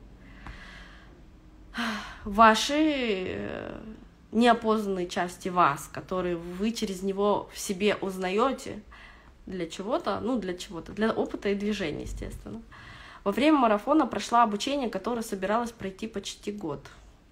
Ваши неопознанные части вас, которые вы через него в себе узнаете для чего-то, ну для чего-то, для опыта и движения, естественно. Во время марафона прошла обучение, которое собиралась пройти почти год.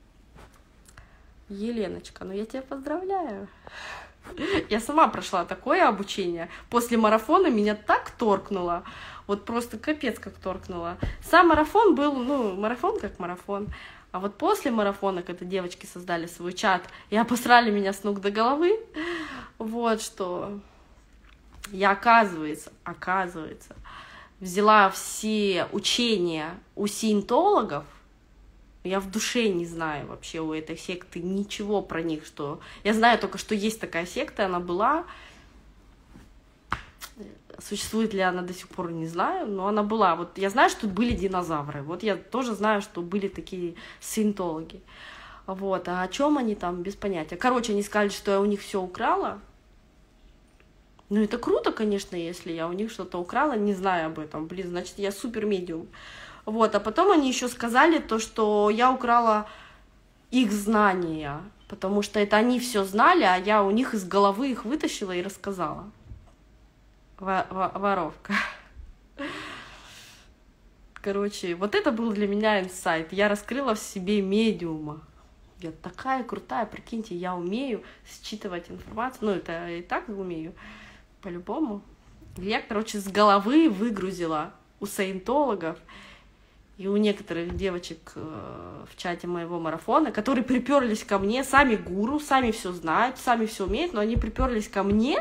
Еленочка, ну я тебя поздравляю. Я сама прошла такое обучение. После марафона меня так торкнуло. Вот просто капец как торкнуло. Сам марафон был, ну, марафон как марафон. А вот после марафона, когда девочки создали свой чат и обосрали меня с ног до головы, вот что я, оказывается, взяла все учения у саентологов. Я в душе не знаю вообще у этой секты ничего про них, что... Я знаю только, что есть такая секта, она была. Существует ли она до сих пор, не знаю, но она была. Вот я знаю, что были динозавры. Вот я тоже знаю, что были такие саентологи. Вот. А о чем они там, без понятия. Короче, они сказали, что я у них все украла. Ну, это круто, конечно, если я у них что-то украла, не знаю об этом. Блин, значит, я супер медиум. Вот, а потом они еще сказали то, что я украла их знания, потому что это они все знали, а я у них из головы их вытащила и рассказала. Воровка. Короче, вот это был для меня инсайт. Я раскрыла в себе медиума. Я такая крутая, прикиньте, я умею считывать информацию. Ну, это и так умею, по-любому. Я, короче, с головы выгрузила у саентологов и у некоторых девочек в чате моего марафона, которые приперлись ко мне, сами гуру, сами все знают, сами все умеют, но они приперлись ко мне,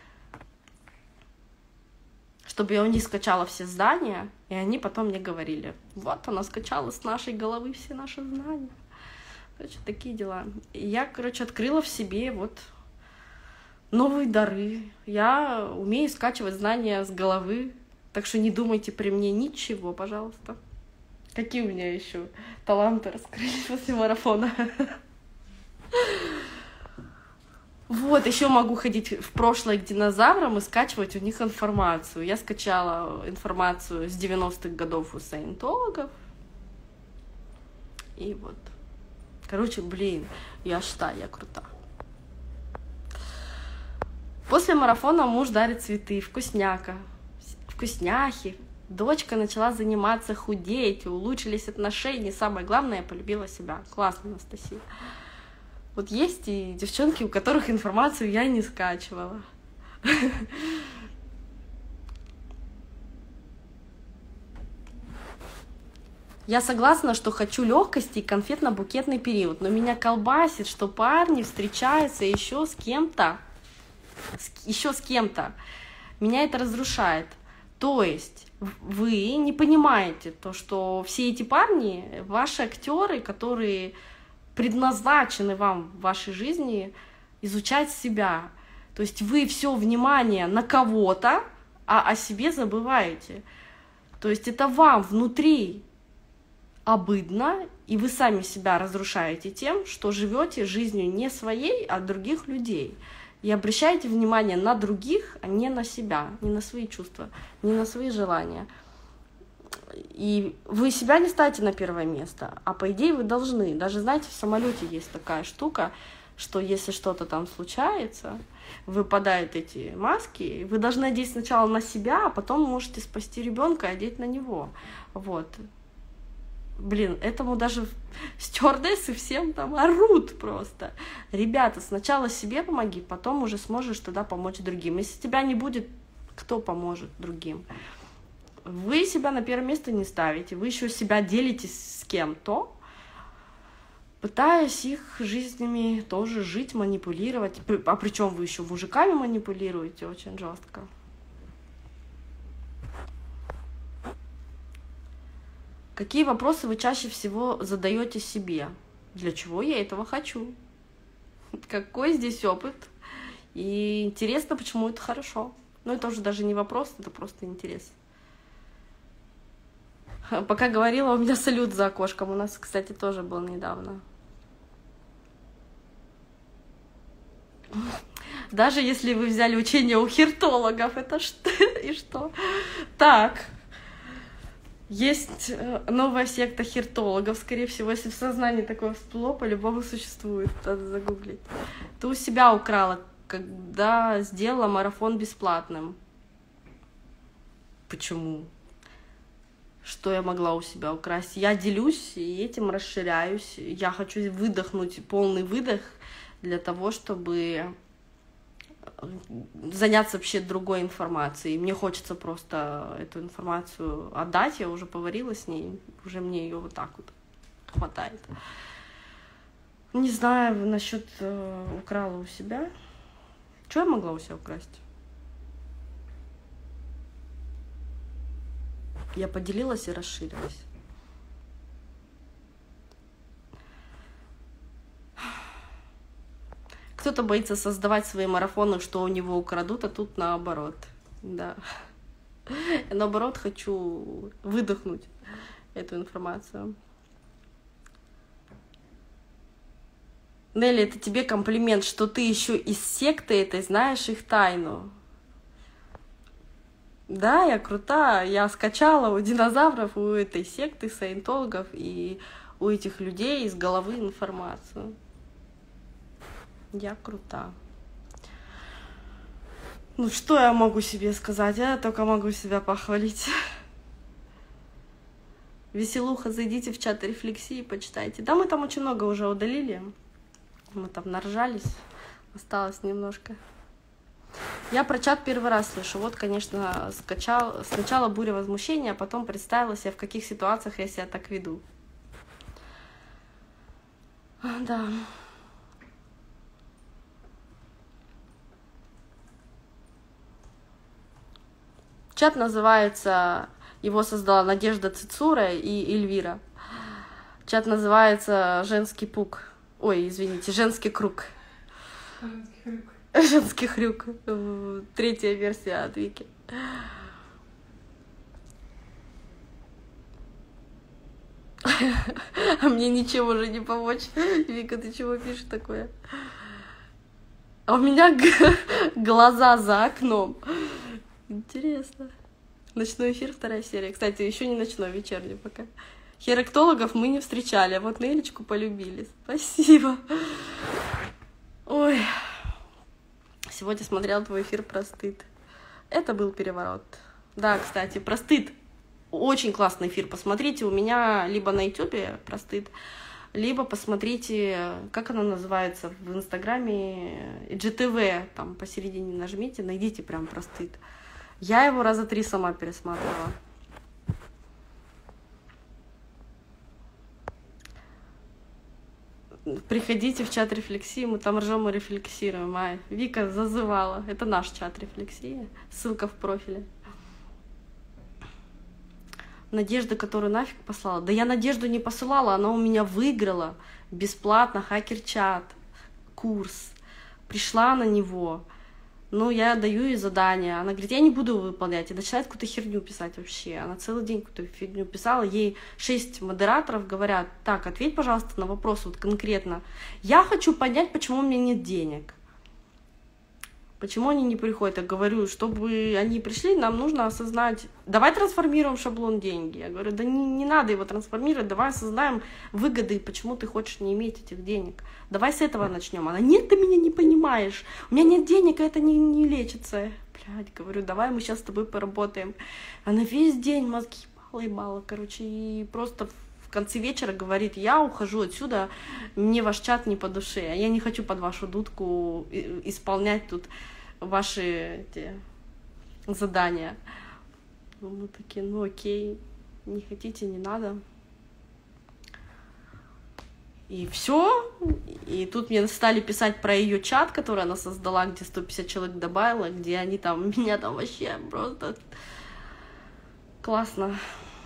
чтобы я у них скачала все знания, и они потом мне говорили: вот она скачала с нашей головы все наши знания. Короче, такие дела. И я, короче, открыла в себе вот новые дары. Я умею скачивать знания с головы, так что не думайте при мне ничего, пожалуйста. Какие у меня еще таланты раскрылись после марафона. Вот, еще могу ходить в прошлое к динозаврам и скачивать у них информацию. Я скачала информацию с 90-х годов у саентологов. И вот. Короче, блин, я считаю, я крута. После марафона муж дарит цветы, вкусняхи. Дочка начала заниматься, худеть, улучшились отношения. Самое главное, я полюбила себя. Классно, Анастасия. Вот есть и девчонки, у которых информацию я не скачивала. Я согласна, что хочу легкости и конфетно-букетный период, но меня колбасит, что парни встречаются еще с кем-то. Меня это разрушает. То есть вы не понимаете то, что все эти парни, ваши актеры, которые предназначены вам в вашей жизни изучать себя. То есть вы все внимание на кого-то, а о себе забываете. То есть это вам внутри обыдно, и вы сами себя разрушаете тем, что живете жизнью не своей, а других людей. И обращайте внимание на других, а не на себя, не на свои чувства, не на свои желания. И вы себя не ставите на первое место, а по идее вы должны. Даже, знаете, в самолете есть такая штука, что если что-то там случается, выпадают эти маски, вы должны одеть сначала на себя, а потом можете спасти ребенка и одеть на него. Вот. Блин, этому даже стюардессы всем там орут просто. Ребята, сначала себе помоги, потом уже сможешь тогда помочь другим. Если тебя не будет, кто поможет другим? Вы себя на первое место не ставите, вы еще себя делитесь с кем-то, пытаясь их жизнями тоже жить, манипулировать. А причем вы еще мужиками манипулируете очень жестко. Какие вопросы вы чаще всего задаете себе? Для чего я этого хочу? Какой здесь опыт? И интересно, почему это хорошо. Ну, это уже даже не вопрос, это просто интерес. Пока говорила, у меня салют за окошком. У нас, кстати, тоже был недавно. Даже если вы взяли учение у хиртологов, это что? И что? Так. Есть новая секта хиртологов, скорее всего, если в сознании такое всплыло, по-любому существует, надо загуглить. Ты у себя украла, когда сделала марафон бесплатным. Почему? Что я могла у себя украсть? Я делюсь и этим расширяюсь. Я хочу выдохнуть, полный выдох для того, чтобы заняться вообще другой информацией. Мне хочется просто эту информацию отдать, я уже поварила с ней, уже мне ее вот так вот хватает. Не знаю насчет украла у себя. Что я могла у себя украсть? Я поделилась и расширилась. Кто-то боится создавать свои марафоны, что у него украдут, а тут наоборот. Да. Я наоборот хочу выдохнуть эту информацию. Нелли, это тебе комплимент, что ты еще из секты этой знаешь их тайну. Да, я крута. Я скачала у динозавров, у этой секты саентологов и у этих людей из головы информацию. Я крута. Ну, что я могу себе сказать? Я только могу себя похвалить. Веселуха, зайдите в чат рефлексии, почитайте. Да, мы там очень много уже удалили. Мы там наржались. Осталось немножко. Я про чат первый раз слышу. Вот, конечно, скачал. Сначала буря возмущения, а потом представила себе, в каких ситуациях я себя так веду. Да. Чат называется, его создала Надежда Цицура и Эльвира. Чат называется «Женский пук». Ой, извините, «Женский круг». «Женский хрюк». Третья версия от Вики. А мне ничем уже не помочь. Вика, ты чего пишешь такое? А у меня глаза за окном. Интересно. Ночной эфир, 2 серия. Кстати, еще не ночной, вечерний пока. Хирургологов мы не встречали, а вот Нелечку полюбили. Спасибо. Ой. Сегодня смотрел твой эфир про стыд. Это был переворот. Да, кстати, про стыд. Очень классный эфир. Посмотрите у меня либо на ютубе про стыд, либо посмотрите, как она называется в инстаграме, GTV, там посередине нажмите, найдите прям про стыд. Я его раза 3 сама пересматривала. Приходите в чат рефлексии, мы там ржем и рефлексируем. А Вика зазывала. Это наш чат рефлексии. Ссылка в профиле. Надежда, которую нафиг послала. Да я Надежду не посылала, она у меня выиграла бесплатно хакер-чат, курс. Пришла на него. Ну, я даю ей задание. Она говорит, я не буду выполнять. И начинает какую-то херню писать вообще. Она целый день какую-то фигню писала. Ей 6 модераторов говорят, так, ответь, пожалуйста, на вопрос вот конкретно. Я хочу понять, почему у меня нет денег. Почему они не приходят? Я говорю, чтобы они пришли, нам нужно осознать, давай трансформируем шаблон деньги. Я говорю, да не надо его трансформировать, давай осознаем выгоды, почему ты хочешь не иметь этих денег. Давай с этого начнем. Она, нет, ты меня не понимаешь, у меня нет денег, а это не лечится. Блядь, говорю, давай мы сейчас с тобой поработаем. Она весь день мозги мало, короче, и просто в конце вечера говорит, я ухожу отсюда, мне ваш чат не по душе, я не хочу под вашу дудку исполнять тут ваши эти задания. Ну, мы такие, ну окей, не хотите, не надо. И все. И тут мне стали писать про ее чат, который она создала, где 150 человек добавила, где они там, меня там вообще просто классно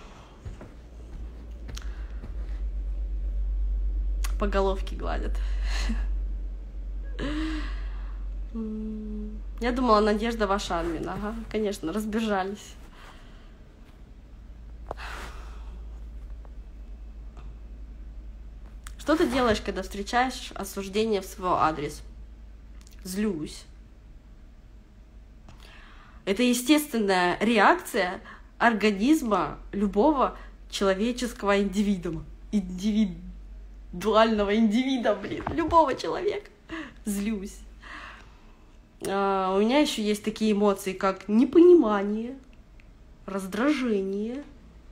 по головке гладят. Я думала, Надежда ваш админ. Ага, конечно, разбежались. Что ты делаешь, когда встречаешь осуждение в свой адрес? Злюсь. Это естественная реакция организма любого человеческого индивидуума. Индивидуального индивида, блин, любого человека. Злюсь. У меня еще есть такие эмоции, как непонимание, раздражение,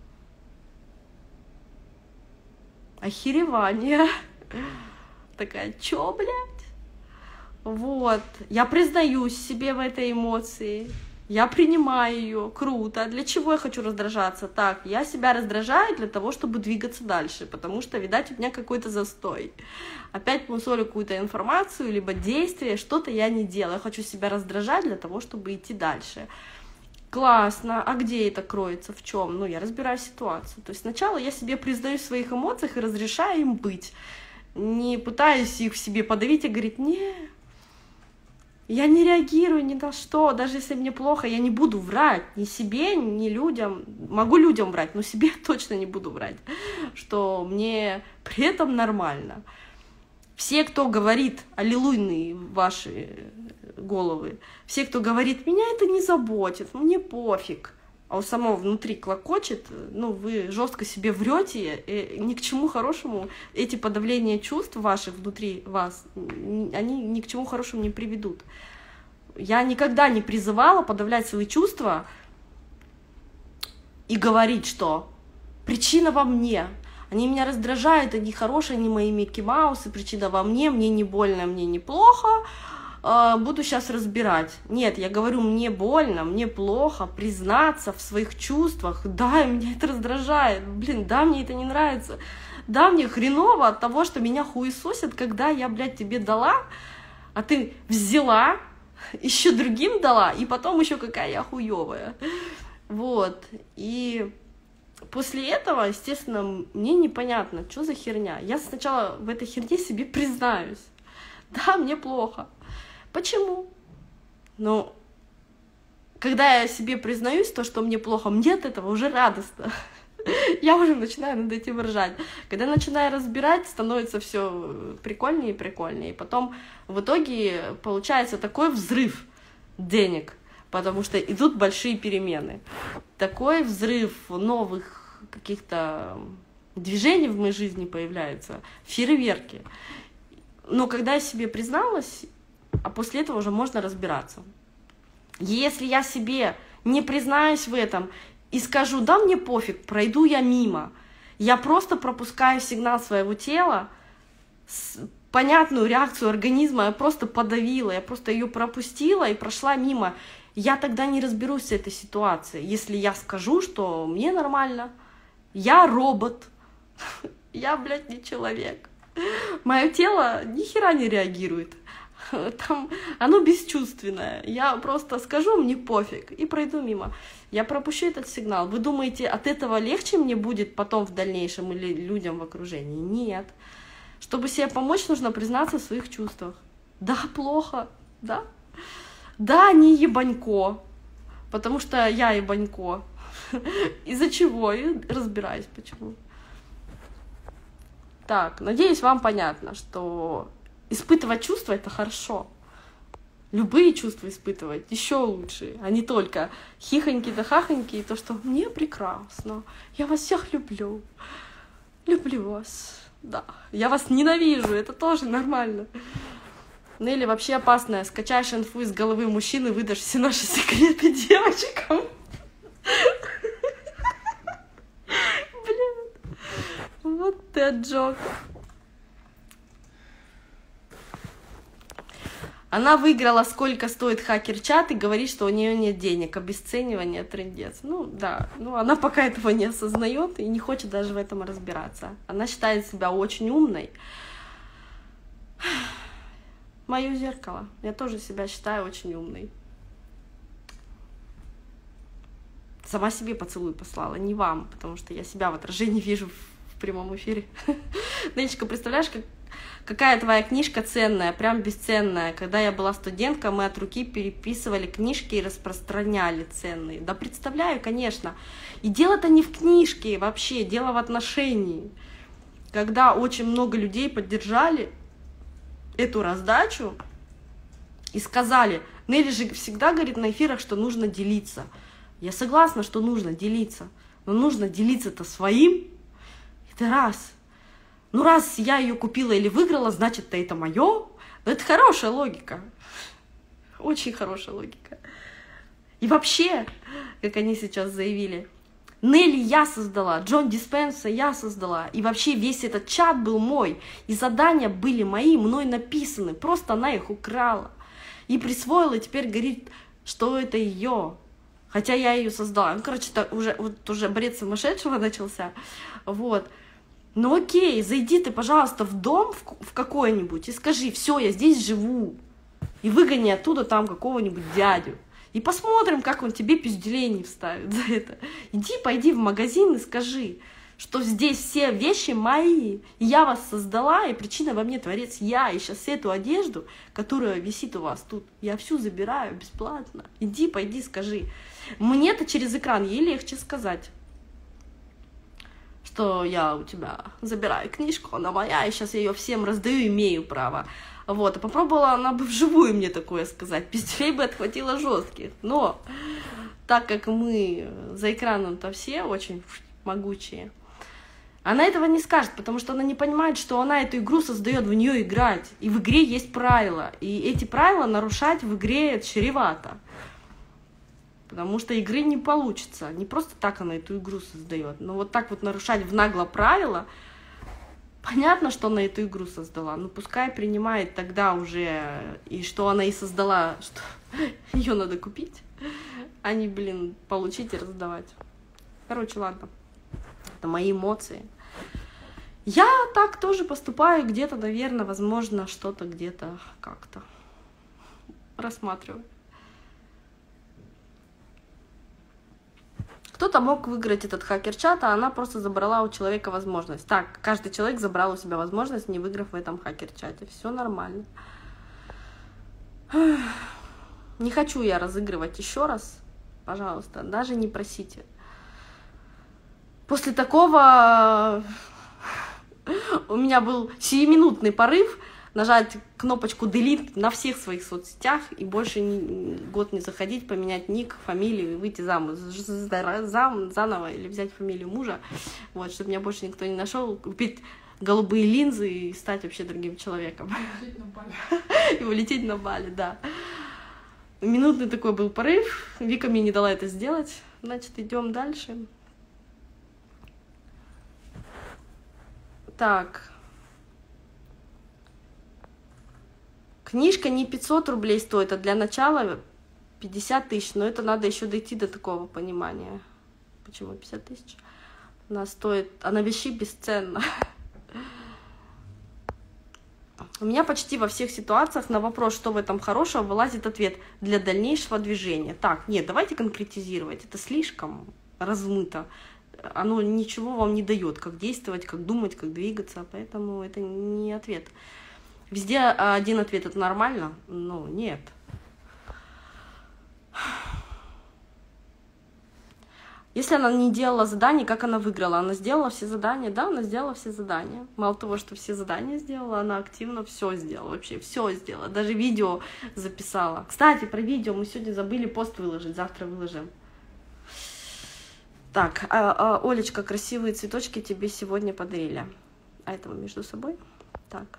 охеревание. Такая, чё, блядь? Вот. Я признаюсь себе в этой эмоции. Я принимаю ее, круто. Для чего я хочу раздражаться? Так, я себя раздражаю для того, чтобы двигаться дальше, потому что, видать, у меня какой-то застой. Опять мусолю какую-то информацию, либо действие, что-то я не делаю. Я хочу себя раздражать для того, чтобы идти дальше. Классно. А где это кроется? В чем? Ну, я разбираю ситуацию. То есть сначала я себе признаюсь в своих эмоциях и разрешаю им быть. Не пытаюсь их в себе подавить и говорить, не, я не реагирую ни на что, даже если мне плохо, я не буду врать ни себе, ни людям. Могу людям врать, но себе точно не буду врать, что мне при этом нормально. Все, кто говорит, аллилуйные ваши головы, все, кто говорит, меня это не заботит, мне пофиг, а у самого внутри клокочет, ну, вы жестко себе врете, и ни к чему хорошему эти подавления чувств ваших внутри вас, они ни к чему хорошему не приведут. Я никогда не призывала подавлять свои чувства и говорить, что причина во мне, они меня раздражают, они хорошие, они мои Микки Маусы, причина во мне не больно, мне не плохо, буду сейчас разбирать. Нет, я говорю, мне больно, мне плохо, признаться в своих чувствах. Да, меня это раздражает, блин, да, мне это не нравится. Да, мне хреново от того, что меня хуесосят, когда я, блядь, тебе дала, а ты взяла, еще другим дала, и потом еще какая я хуевая. Вот, и после этого, естественно, мне непонятно, что за херня. Я сначала в этой херне себе признаюсь. Да, мне плохо. Почему? Ну, когда я себе признаюсь, то, что мне плохо, мне от этого уже радостно. Я уже начинаю над этим ржать. Когда начинаю разбирать, становится все прикольнее и прикольнее. И потом в итоге получается такой взрыв денег, потому что идут большие перемены. Такой взрыв новых каких-то движений в моей жизни появляются, фейерверки. Но когда я себе призналась, а после этого уже можно разбираться. Если я себе не признаюсь в этом и скажу, да мне пофиг, пройду я мимо, я просто пропускаю сигнал своего тела, понятную реакцию организма я просто подавила, я просто ее пропустила и прошла мимо. Я тогда не разберусь с этой ситуацией, если я скажу, что мне нормально, я робот, я, блядь, не человек. Мое тело ни хера не реагирует. Там оно бесчувственное. Я просто скажу, мне пофиг, и пройду мимо. Я пропущу этот сигнал. Вы думаете, от этого легче мне будет потом в дальнейшем или людям в окружении? Нет. Чтобы себе помочь, нужно признаться в своих чувствах. Да, плохо, да. Да, не ебанько, потому что я ебанько. Из-за чего? И разбираюсь, почему. Так, надеюсь, вам понятно, что испытывать чувства — это хорошо. любые чувства испытывать еще лучше, а не только хихоньки да хахоньки, и то, что мне прекрасно, я вас всех люблю, люблю вас, да, я вас ненавижу, это тоже нормально. Ну или вообще опасное, скачаешь инфу из головы мужчины, выдашь все наши секреты девочкам. Блин, вот ты джок. Она выиграла, сколько стоит хакер-чат, и говорит, что у нее нет денег. Обесценивание, трындец. Ну да, ну она пока этого не осознает и не хочет даже в этом разбираться. Она считает себя очень умной. Мое зеркало. Я тоже себя считаю очень умной. Сама себе поцелуй послала, не вам, потому что я себя в отражении вижу в прямом эфире. Нелечка, представляешь, какая твоя книжка ценная, прям бесценная. Когда я была студенткой, мы от руки переписывали книжки и распространяли ценные. Да представляю, конечно. И дело-то не в книжке вообще, дело в отношении. Когда очень много людей поддержали эту раздачу и сказали, Нелли же всегда говорит на эфирах, что нужно делиться. Я согласна, что нужно делиться, но нужно делиться-то своим. Это раз. Ну, раз я ее купила или выиграла, значит-то это мое. Это хорошая логика. Очень хорошая логика. И вообще, как они сейчас заявили, Нелли я создала, Джон Диспенса я создала. И вообще весь этот чат был мой. И задания были мои, мной написаны. Просто она их украла. И присвоила, и теперь говорит, что это ее. Хотя я ее создала. Ну, короче, уже бред сумасшедшего начался. Вот. Ну окей, зайди ты, пожалуйста, в дом в какой-нибудь и скажи, все, я здесь живу. И выгони оттуда там какого-нибудь дядю. И посмотрим, как он тебе пизделей вставит за это. Пойди в магазин и скажи, что здесь все вещи мои. И я вас создала, и причина во мне творец я. И сейчас эту одежду, которая висит у вас тут, я всю забираю бесплатно. Пойди, скажи. Мне-то через экран ей легче сказать, что я у тебя забираю книжку, она моя, и сейчас я ее всем раздаю, имею право. Вот, а попробовала она бы вживую мне такое сказать, пизделей бы отхватила жестких. Но так как мы за экраном-то все очень могучие, она этого не скажет, потому что она не понимает, что она эту игру создает, в нее играть. И в игре есть правила. И эти правила нарушать в игре чревато. Потому что игры не получится. Не просто так она эту игру создает. Но вот так вот нарушать в нагло правила, понятно, что она эту игру создала. Но пускай принимает тогда уже, и что она и создала, что ее надо купить, а не, получить и раздавать. Короче, ладно. Это мои эмоции. Я так тоже поступаю где-то, наверное, возможно, что-то где-то как-то рассматриваю. Кто-то мог выиграть этот хакер-чат, а она просто забрала у человека возможность. Так, каждый человек забрал у себя возможность, не выиграв в этом хакер-чате. Все нормально. Не хочу я разыгрывать еще раз. Пожалуйста, даже не просите. После такого у меня был сиюминутный порыв нажать кнопочку delete на всех своих соцсетях и больше год не заходить, поменять ник, фамилию и выйти замуж заново или взять фамилию мужа, вот, чтобы меня больше никто не нашел, купить голубые линзы и стать вообще другим человеком. И улететь на Бали, да. Минутный такой был порыв, Вика мне не дала это сделать, значит, идем дальше. Так. Книжка не 500 рублей стоит, а для начала 50 тысяч. Но это надо еще дойти до такого понимания. Почему 50 тысяч? Она стоит, она вещи бесценна. У меня почти во всех ситуациях на вопрос, что в этом хорошего, вылазит ответ для дальнейшего движения. Так, нет, давайте конкретизировать. Это слишком размыто. Оно ничего вам не дает, как действовать, как думать, как двигаться. Поэтому это не ответ. Везде один ответ — это нормально? Ну, нет. Если она не делала задания, как она выиграла? Она сделала все задания? Да, она сделала все задания. Мало того, что все задания сделала, она активно все сделала. Вообще все сделала. Даже видео записала. Кстати, про видео мы сегодня забыли пост выложить. Завтра выложим. Так, Олечка, красивые цветочки тебе сегодня подарили. А это мы между собой? Так.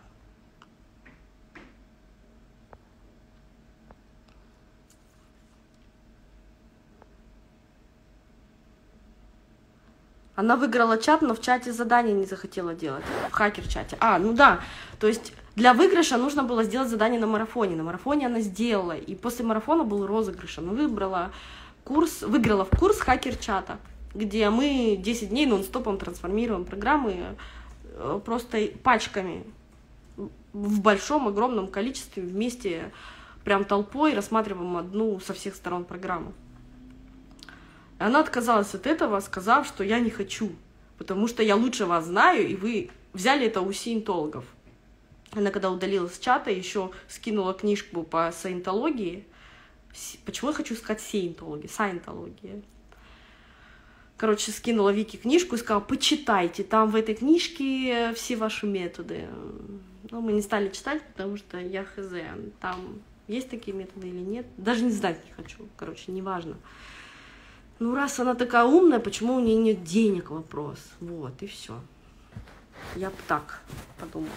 Она выиграла чат, но в чате задание не захотела делать. В хакер-чате. Ну да. То есть для выигрыша нужно было сделать задание на марафоне. На марафоне она сделала. И после марафона был розыгрыш. Она выиграла в курс хакер-чата, где мы 10 дней нон-стопом трансформируем программы просто пачками. В большом, огромном количестве вместе, прям толпой рассматриваем одну со всех сторон программу. И она отказалась от этого, сказав, что я не хочу, потому что я лучше вас знаю, и вы взяли это у саентологов. Она когда удалилась с чата, еще скинула книжку по саентологии. Почему я хочу сказать саентология? Саентология. Короче, скинула Вике книжку и сказала, почитайте, там в этой книжке все ваши методы. Но мы не стали читать, потому что я хз, там есть такие методы или нет. Даже не знать не хочу, короче, неважно. Ну, раз она такая умная, почему у нее нет денег, вопрос. Вот, и все. Я бы так подумала.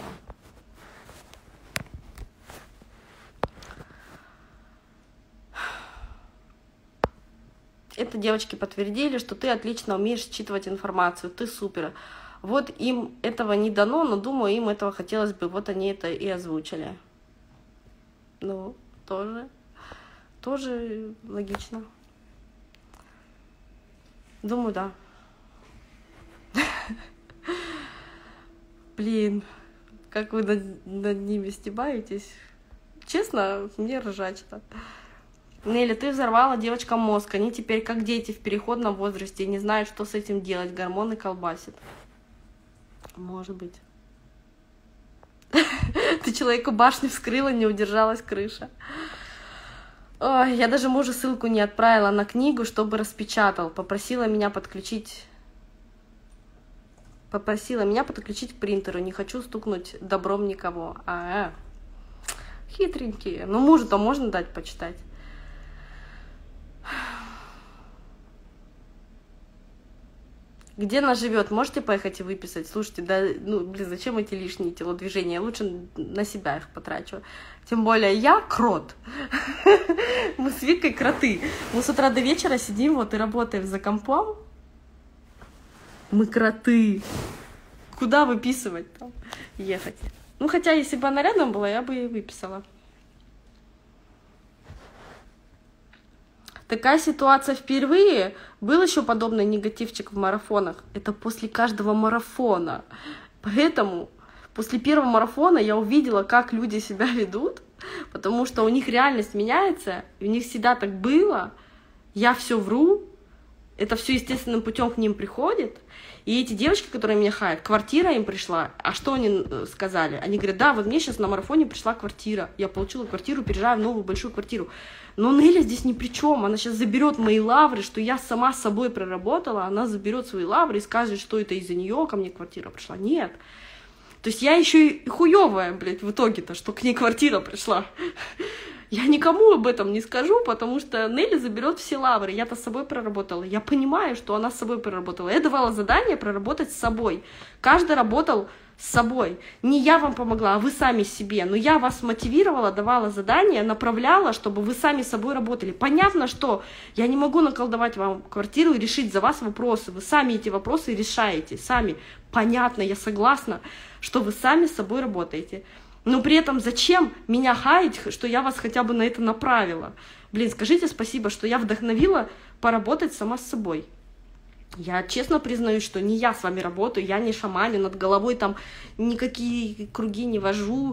Это девочки подтвердили, что ты отлично умеешь считывать информацию, ты супер. Вот им этого не дано, но думаю, им этого хотелось бы, вот они это и озвучили. Ну, тоже логично. Думаю, да. Блин, как вы над ними стебаетесь. Честно, мне ржачно. Нелли, ты взорвала девочкам мозг. Они теперь как дети в переходном возрасте и не знают, что с этим делать. Гормоны колбасят. Может быть. Ты человеку башню вскрыла, не удержалась крыша. Ой, я даже мужу ссылку не отправила на книгу, чтобы распечатал. Попросила меня подключить к принтеру. Не хочу стукнуть добром никого. Хитренькие. Ну, мужу-то можно дать почитать. Где она живет? Можете поехать и выписать? Слушайте, да, ну, блин, зачем эти лишние телодвижения? Я лучше на себя их потрачу. Тем более я крот. Мы с Викой кроты. Мы с утра до вечера сидим вот и работаем за компом. Мы кроты. Куда выписывать там? Ехать. Ну, хотя, если бы она рядом была, я бы и выписала. Такая ситуация впервые. Был еще подобный негативчик в марафонах. Это после каждого марафона. Поэтому после первого марафона я увидела, как люди себя ведут, потому что у них реальность меняется, и у них всегда так было. Я все вру, это все естественным путем к ним приходит. И эти девочки, которые меня хаят, квартира им пришла. А что они сказали? Они говорят, да, вот мне сейчас на марафоне пришла квартира. Я получила квартиру, переезжаю в новую большую квартиру. Но Неля здесь ни при чем. Она сейчас заберет мои лавры, что я сама с собой проработала. Она заберет свои лавры и скажет, что это из-за нее ко мне квартира пришла. Нет. То есть я еще и хуевая, блядь, в итоге-то, что к ней квартира пришла. Я никому об этом не скажу, потому что Нелли заберет все лавры. Я-то с собой проработала. Я понимаю, что она с собой проработала. Я давала задание проработать с собой. Каждый работал с собой. Не я вам помогла, а вы сами себе. Но я вас мотивировала, давала задания, направляла, чтобы вы сами с собой работали. Понятно, что я не могу наколдовать вам квартиру и решить за вас вопросы. Вы сами эти вопросы решаете. Сами. Понятно, я согласна, что вы сами с собой работаете. Но при этом зачем меня хаять, что я вас хотя бы на это направила? Блин, скажите спасибо, что я вдохновила поработать сама с собой. Я честно признаюсь, что не я с вами работаю, я не шаманю, над головой там никакие круги не вожу,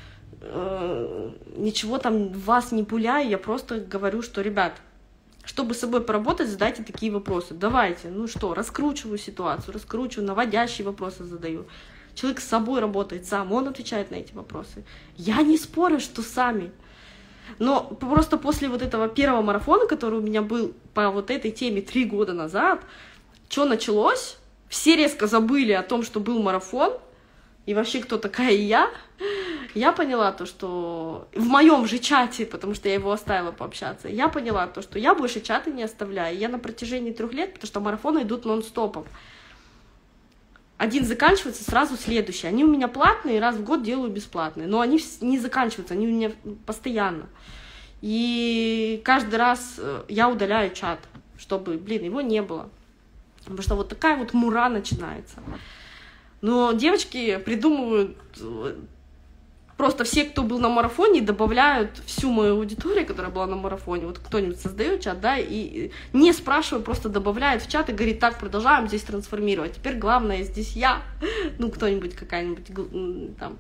ничего там вас не пуляю, я просто говорю, что, ребят, чтобы с собой поработать, задайте такие вопросы. Давайте, ну что, раскручиваю ситуацию, раскручиваю, наводящие вопросы задаю. Человек с собой работает сам, он отвечает на эти вопросы. Я не спорю, что сами. Но просто после вот этого первого марафона, который у меня был по вот этой теме 3 года назад, что началось? Все резко забыли о том, что был марафон, и вообще кто такая я поняла то, что в моем же чате, потому что я его оставила пообщаться, я поняла то, что я больше чаты не оставляю. Я на протяжении 3 лет, потому что марафоны идут нон-стопом. Один заканчивается, сразу следующий. Они у меня платные, раз в год делаю бесплатные, но они не заканчиваются, они у меня постоянно. И каждый раз я удаляю чат, чтобы, его не было. Потому что вот такая вот мура начинается. Но девочки придумывают, просто все, кто был на марафоне, добавляют всю мою аудиторию, которая была на марафоне. Вот кто-нибудь создает чат, да, и не спрашивая, просто добавляет в чат и говорит: так, продолжаем здесь трансформировать. Теперь главное здесь я, ну, кто-нибудь, какая-нибудь там,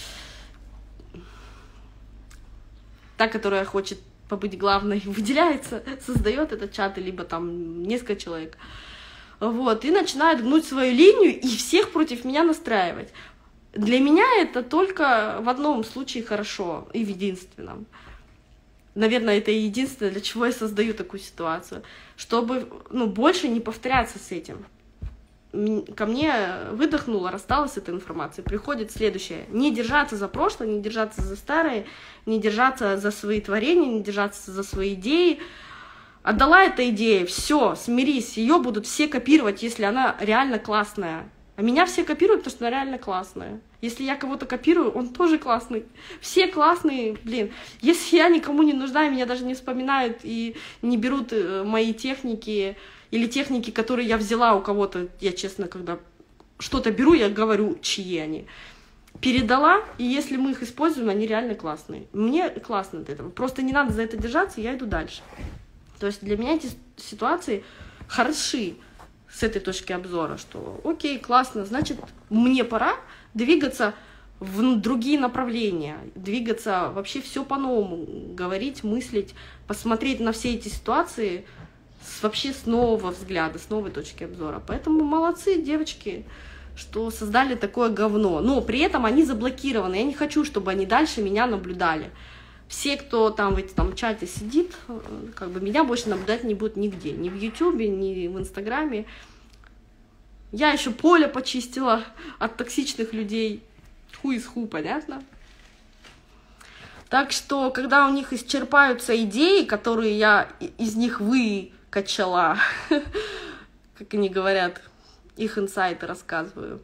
та, которая хочет побыть главной, выделяется, создает этот чат, либо там несколько человек. Вот, и начинают гнуть свою линию и всех против меня настраивать. Для меня это только в одном случае хорошо, и в единственном. Наверное, это и единственное, для чего я создаю такую ситуацию. Чтобы, больше не повторяться с этим. Ко мне выдохнула, рассталась с этой информацией. Приходит следующее. Не держаться за прошлое, не держаться за старое, не держаться за свои творения, не держаться за свои идеи. Отдала эта идея, все, смирись, ее будут все копировать, если она реально классная. А меня все копируют, потому что она реально классная. Если я кого-то копирую, он тоже классный. Все классные, Если я никому не нужна, и меня даже не вспоминают и не берут мои техники или техники, которые я взяла у кого-то, я честно, когда что-то беру, я говорю, чьи они. Передала, и если мы их используем, они реально классные. Мне классно от этого. Просто не надо за это держаться, я иду дальше. То есть для меня эти ситуации хороши с этой точки обзора, что окей, классно, значит, мне пора двигаться в другие направления, двигаться вообще все по-новому, говорить, мыслить, посмотреть на все эти ситуации вообще с нового взгляда, с новой точки обзора. Поэтому молодцы, девочки, что создали такое говно. Но при этом они заблокированы. Я не хочу, чтобы они дальше меня наблюдали. Все, кто там в этом чате сидит, меня больше наблюдать не будут нигде. Ни в Ютубе, ни в Инстаграме. Я еще поле почистила от токсичных людей. Ху из ху, понятно? Так что, когда у них исчерпаются идеи, которые я из них выкачала, как они говорят, их инсайты рассказываю.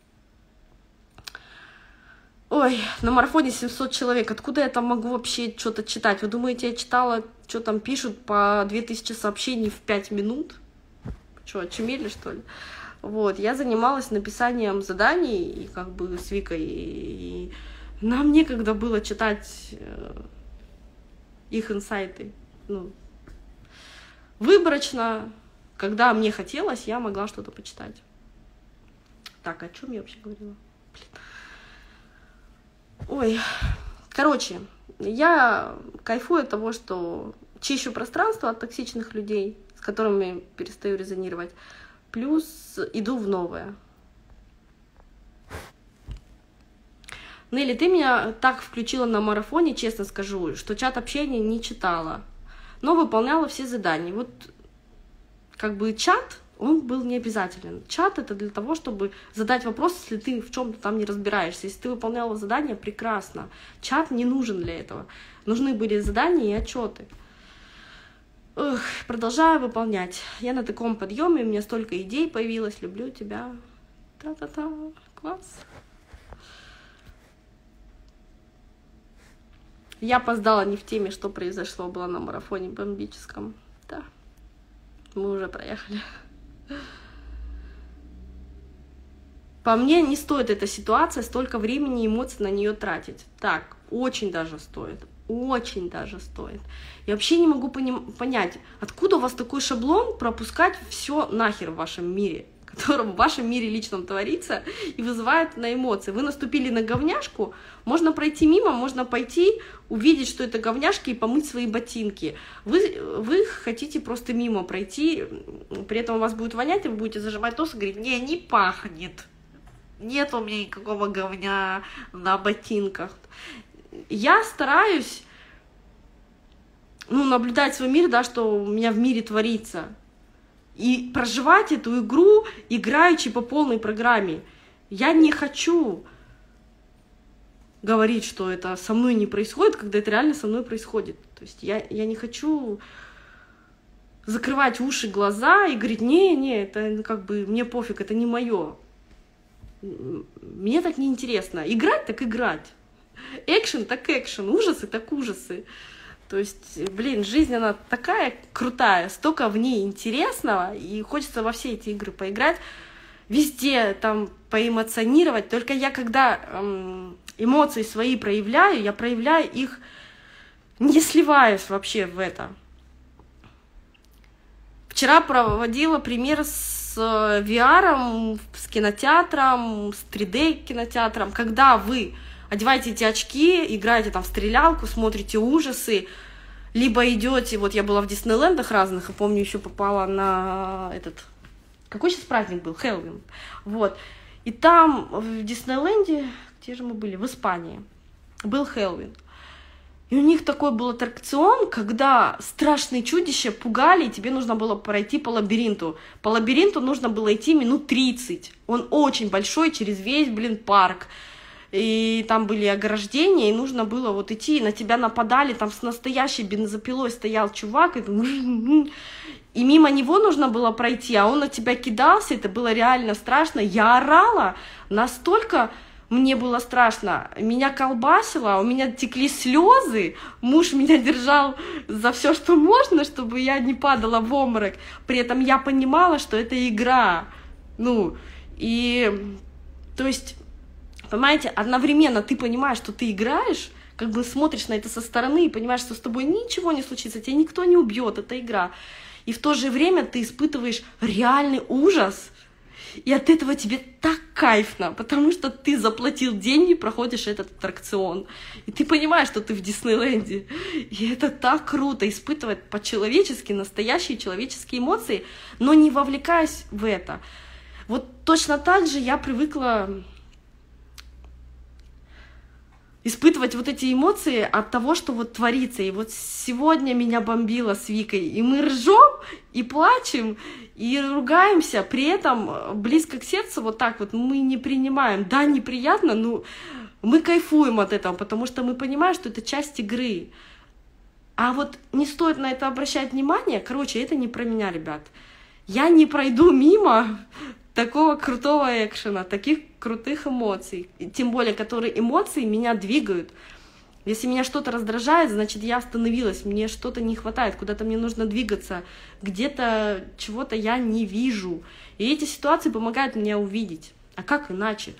Ой, на марафоне 700 человек. Откуда я там могу вообще что-то читать? Вы думаете, я читала, что там пишут по 2000 сообщений в 5 минут? Что, очумели, что ли? Вот, я занималась написанием заданий, и с Викой, и нам некогда было читать их инсайты. Выборочно, когда мне хотелось, я могла что-то почитать. Так, о чем я вообще говорила? Ой, я кайфую от того, что чищу пространство от токсичных людей, с которыми перестаю резонировать, плюс иду в новое. Нелли, ты меня так включила на марафоне, честно скажу, что чат общения не читала, но выполняла все задания. Вот чат, он был не обязателен. Чат — это для того, чтобы задать вопрос, если ты в чем-то там не разбираешься. Если ты выполняла задание, прекрасно. Чат не нужен для этого. Нужны были задания и отчеты. Продолжаю выполнять. Я на таком подъеме, у меня столько идей появилось. Люблю тебя. Та-та-та. Класс. Я опоздала не в теме, что произошло, было на марафоне бомбическом. Да, мы уже проехали. По мне, не стоит эта ситуация столько времени и эмоций на нее тратить. Так, очень даже стоит. Очень даже стоит. Я вообще не могу понять, откуда у вас такой шаблон пропускать все нахер в вашем мире, которым в вашем мире личном творится и вызывает на эмоции. Вы наступили на говняшку, можно пройти мимо, можно пойти, увидеть, что это говняшки, и помыть свои ботинки. Вы хотите просто мимо пройти, при этом у вас будет вонять, и вы будете зажимать нос и говорить: не пахнет, нет у меня никакого говня на ботинках. Я стараюсь ну, наблюдать свой мир, да, что у меня в мире творится. И проживать эту игру, играючи по полной программе. Я не хочу говорить, что это со мной не происходит, когда это реально со мной происходит. То есть я не хочу закрывать уши, глаза и говорить, не, это как бы мне пофиг, это не мое. Мне так неинтересно. Играть так играть. Экшен так экшен, ужасы так ужасы. То есть, блин, жизнь, она такая крутая, столько в ней интересного, и хочется во все эти игры поиграть, везде там поэмоционировать. Только я, когда эмоции свои проявляю, я проявляю их, не сливаясь вообще в это. Вчера проводила пример с VR, с кинотеатром, с 3D-кинотеатром, когда вы одеваете эти очки, играете там в стрелялку, смотрите ужасы, либо идете, вот я была в Диснейлендах разных, и помню, еще попала на этот, какой сейчас праздник был, Хэллоуин, вот, и там в Диснейленде, где же мы были, в Испании, был Хэллоуин, и у них такой был аттракцион, когда страшные чудища пугали, и тебе нужно было пройти по лабиринту нужно было идти минут 30, он очень большой, через весь, парк, и там были ограждения, и нужно было вот идти, и на тебя нападали, там с настоящей бензопилой стоял чувак, и мимо него нужно было пройти, а он на тебя кидался, это было реально страшно, я орала, настолько мне было страшно, меня колбасило, у меня текли слезы, муж меня держал за все, что можно, чтобы я не падала в обморок, при этом я понимала, что это игра, и, то есть, понимаете, одновременно ты понимаешь, что ты играешь, как бы смотришь на это со стороны и понимаешь, что с тобой ничего не случится, тебя никто не убьет, это игра. И в то же время ты испытываешь реальный ужас, и от этого тебе так кайфно, потому что ты заплатил деньги, проходишь этот аттракцион, и ты понимаешь, что ты в Диснейленде. И это так круто, испытывать по-человечески настоящие человеческие эмоции, но не вовлекаясь в это. Вот точно так же я привыкла испытывать вот эти эмоции от того, что вот творится. И вот сегодня меня бомбило с Викой, и мы ржем, и плачем, и ругаемся, при этом близко к сердцу вот так вот мы не принимаем. Да, неприятно, но мы кайфуем от этого, потому что мы понимаем, что это часть игры. А вот не стоит на это обращать внимание. Короче, это не про меня, ребят. Я не пройду мимо такого крутого экшена, таких крутых эмоций, тем более, которые эмоции меня двигают. Если меня что-то раздражает, значит, я остановилась, мне что-то не хватает, куда-то мне нужно двигаться, где-то чего-то я не вижу. И эти ситуации помогают мне увидеть. А как иначе?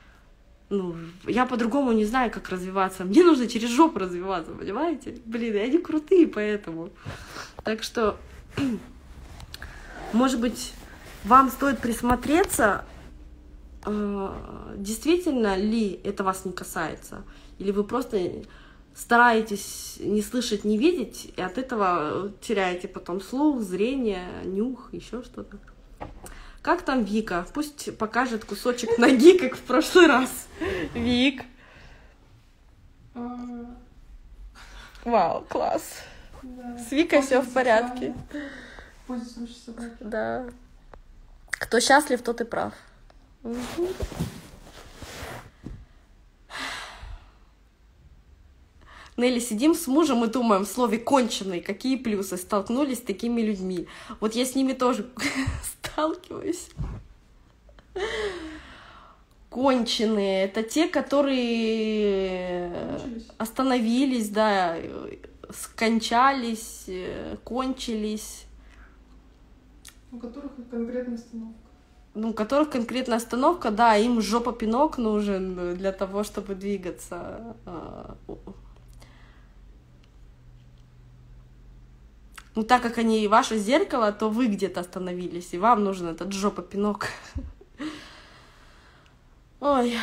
Я по-другому не знаю, как развиваться. Мне нужно через жопу развиваться, понимаете? Блин, они крутые поэтому. Так что, может быть, вам стоит присмотреться, действительно ли это вас не касается, или вы просто стараетесь не слышать, не видеть, и от этого теряете потом слух, зрение, нюх, еще что-то. Как там Вика? Пусть покажет кусочек ноги, как в прошлый раз. Вик. Вау, класс. Да. С Викой все в порядке. Да. Кто счастлив, тот и прав. Угу. Нелли, сидим с мужем и думаем в слове «конченый», какие плюсы, столкнулись с такими людьми. Вот я с ними тоже сталкиваюсь. Конченые — это те, которые остановились, да, скончались, кончились. У которых конкретная остановка. У которых конкретная остановка, да, им жопа-пинок нужен для того, чтобы двигаться. Так как они ваше зеркало, то вы где-то остановились, и вам нужен этот жопа-пинок. Ой.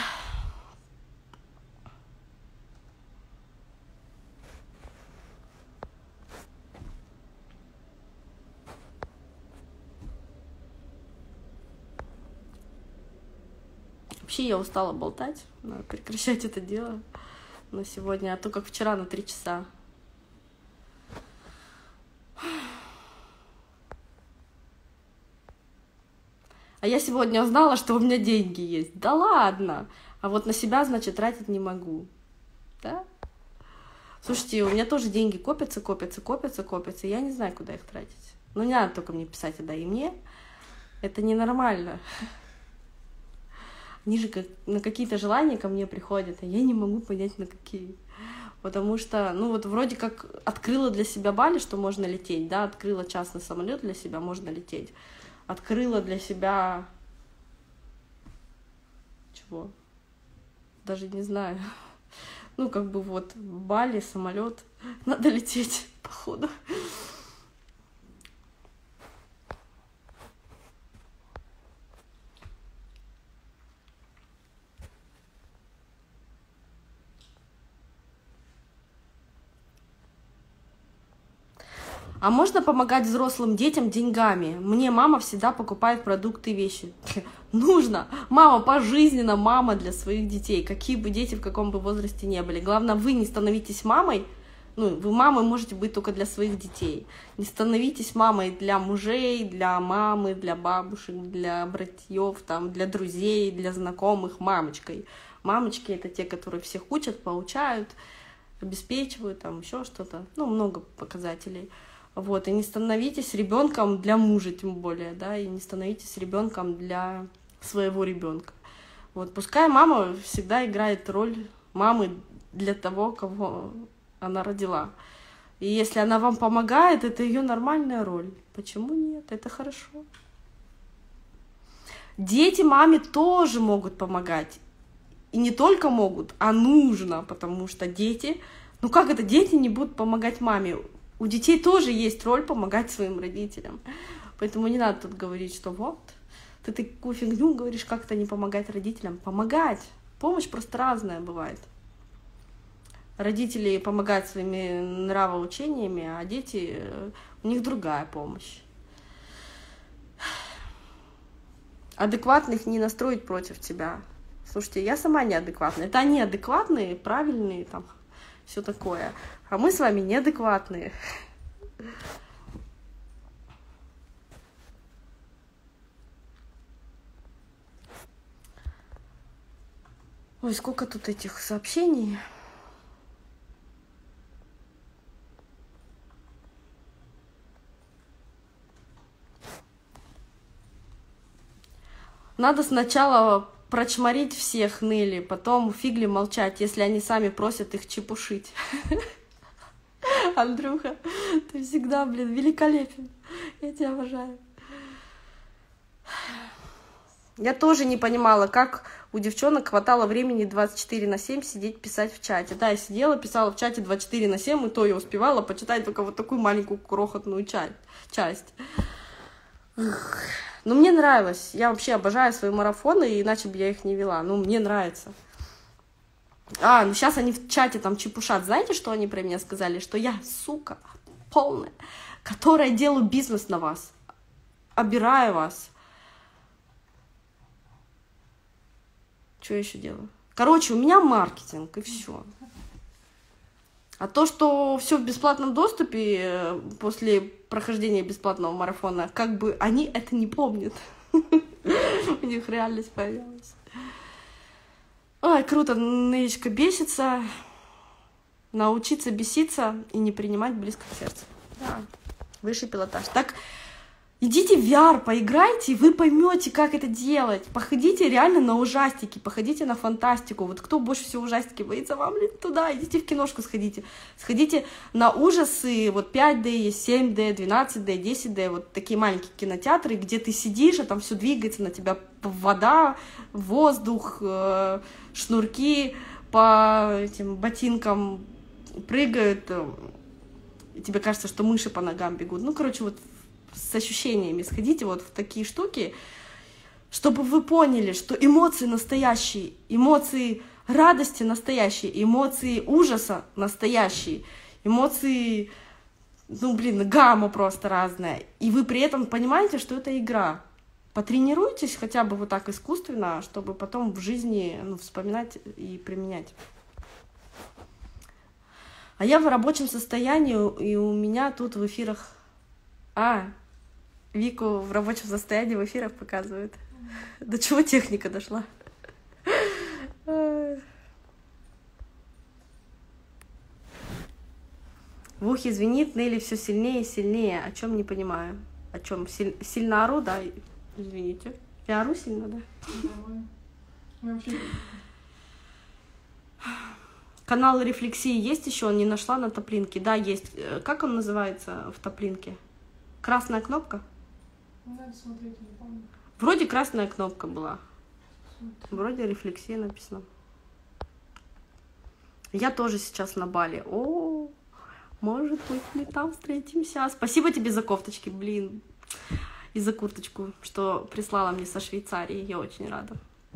Вообще я устала болтать, надо прекращать это дело на сегодня, а то как вчера на 3 часа. А я сегодня узнала, что у меня деньги есть. Да ладно! А вот на себя, значит, тратить не могу. Да? Слушайте, у меня тоже деньги копятся, и я не знаю, куда их тратить. Ну, не надо только мне писать, отдай мне. Это ненормально. Они же на какие-то желания ко мне приходят, а я не могу понять, на какие. Потому что, ну вот вроде как открыла для себя Бали, что можно лететь, да, открыла частный самолет для себя, можно лететь. Открыла для себя... Чего? Даже не знаю. Ну, как бы вот Бали, самолет, надо лететь, походу. А можно помогать взрослым детям деньгами? Мне мама всегда покупает продукты и вещи. Нужно. Мама пожизненно, мама для своих детей. Какие бы дети в каком бы возрасте не были. Главное, вы не становитесь мамой. Ну, вы мамой можете быть только для своих детей. Не становитесь мамой для мужей, для мамы, для бабушек, для братьев, там, для друзей, для знакомых. Мамочкой. Мамочки — это те, которые всех учат, поучают, обеспечивают, там еще что-то. Ну, много показателей. Вот, и не становитесь ребенком для мужа, тем более, да, и не становитесь ребенком для своего ребенка. Вот, пускай мама всегда играет роль мамы для того, кого она родила. И если она вам помогает, это ее нормальная роль. Почему нет? Это хорошо. Дети маме тоже могут помогать. И не только могут, а нужно, потому что дети... Ну как это дети не будут помогать маме? У детей тоже есть роль помогать своим родителям. Поэтому не надо тут говорить, что вот, ты такую фигню говоришь, как это не помогать родителям. Помогать. Помощь просто разная бывает. Родители помогают своими нравоучениями, а дети, у них другая помощь. Адекватных не настроить против тебя. Слушайте, я сама неадекватная. Это они адекватные, правильные, там, все такое. А мы с вами неадекватные. Ой, сколько тут этих сообщений. Надо сначала прочморить всех, ныли, потом фигли молчать, если они сами просят их чепушить. Андрюха, ты всегда, блин, великолепен. Я тебя обожаю. Я тоже не понимала, как у девчонок хватало времени 24/7 сидеть писать в чате. Да, я сидела, писала в чате 24/7, и то я успевала почитать только вот такую маленькую крохотную часть. Но мне нравилось. Я вообще обожаю свои марафоны, иначе бы я их не вела. Ну, мне нравится. Ну сейчас они в чате там чепушат. Знаете, что они про меня сказали? Что я, сука, полная, которая делаю бизнес на вас. Обираю вас. Что я еще делаю? Короче, у меня маркетинг, и все. А то, что все в бесплатном доступе после прохождения бесплатного марафона, как бы они это не помнят. У них реальность появилась. Ой, круто, Нычка бесится. Научиться беситься и не принимать близко к сердцу. Да, высший пилотаж. Так, идите в VR, поиграйте, и вы поймете, как это делать. Походите реально на ужастики, походите на фантастику. Вот кто больше всего ужастики боится, вам ли туда? Идите в киношку сходите. Сходите на ужасы, вот 5D, 7D, 12D, 10D, вот такие маленькие кинотеатры, где ты сидишь, а там все двигается, на тебя вода, воздух, шнурки по этим ботинкам прыгают. И тебе кажется, что мыши по ногам бегут. Ну, короче, вот с ощущениями сходите вот в такие штуки, чтобы вы поняли, что эмоции настоящие, эмоции радости настоящие, эмоции ужаса настоящие, эмоции, ну, блин, гамма просто разная. И вы при этом понимаете, что это игра. Потренируйтесь хотя бы вот так искусственно, чтобы потом в жизни, ну, вспоминать и применять. А я в рабочем состоянии, и у меня тут в эфирах... Вику в рабочем состоянии в эфирах показывают. До чего техника дошла? В ухе звенит, Нелли все сильнее и сильнее. О чем не понимаю. О чем? Сильно ору, да? Извините. Я ору сильно, да? Канал рефлексии есть еще? Он не нашла на топлинке. Да, есть. Как он называется в топлинке? Красная кнопка? Надо смотреть, не помню. Вроде красная кнопка была. Вроде рефлексия написано. Я тоже сейчас на Бали. О, может быть, мы там встретимся. Спасибо тебе за кофточки, блин. И за курточку, что прислала мне со Швейцарии. Я очень рада.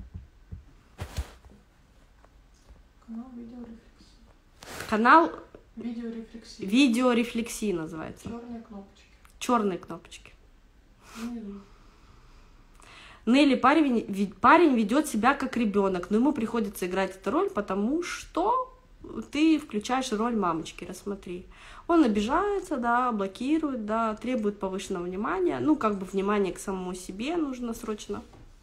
Канал видеорефлексии. Канал Видеорефлексии. Видеорефлексии называется. Черные кнопочки. Черные кнопочки. Внизу. Нелли, парень ведет себя как ребенок, но ему приходится играть эту роль, потому что ты включаешь роль мамочки, рассмотри. Он обижается, да, блокирует, да, требует повышенного внимания. Ну, как бы внимание к самому себе нужно срочно.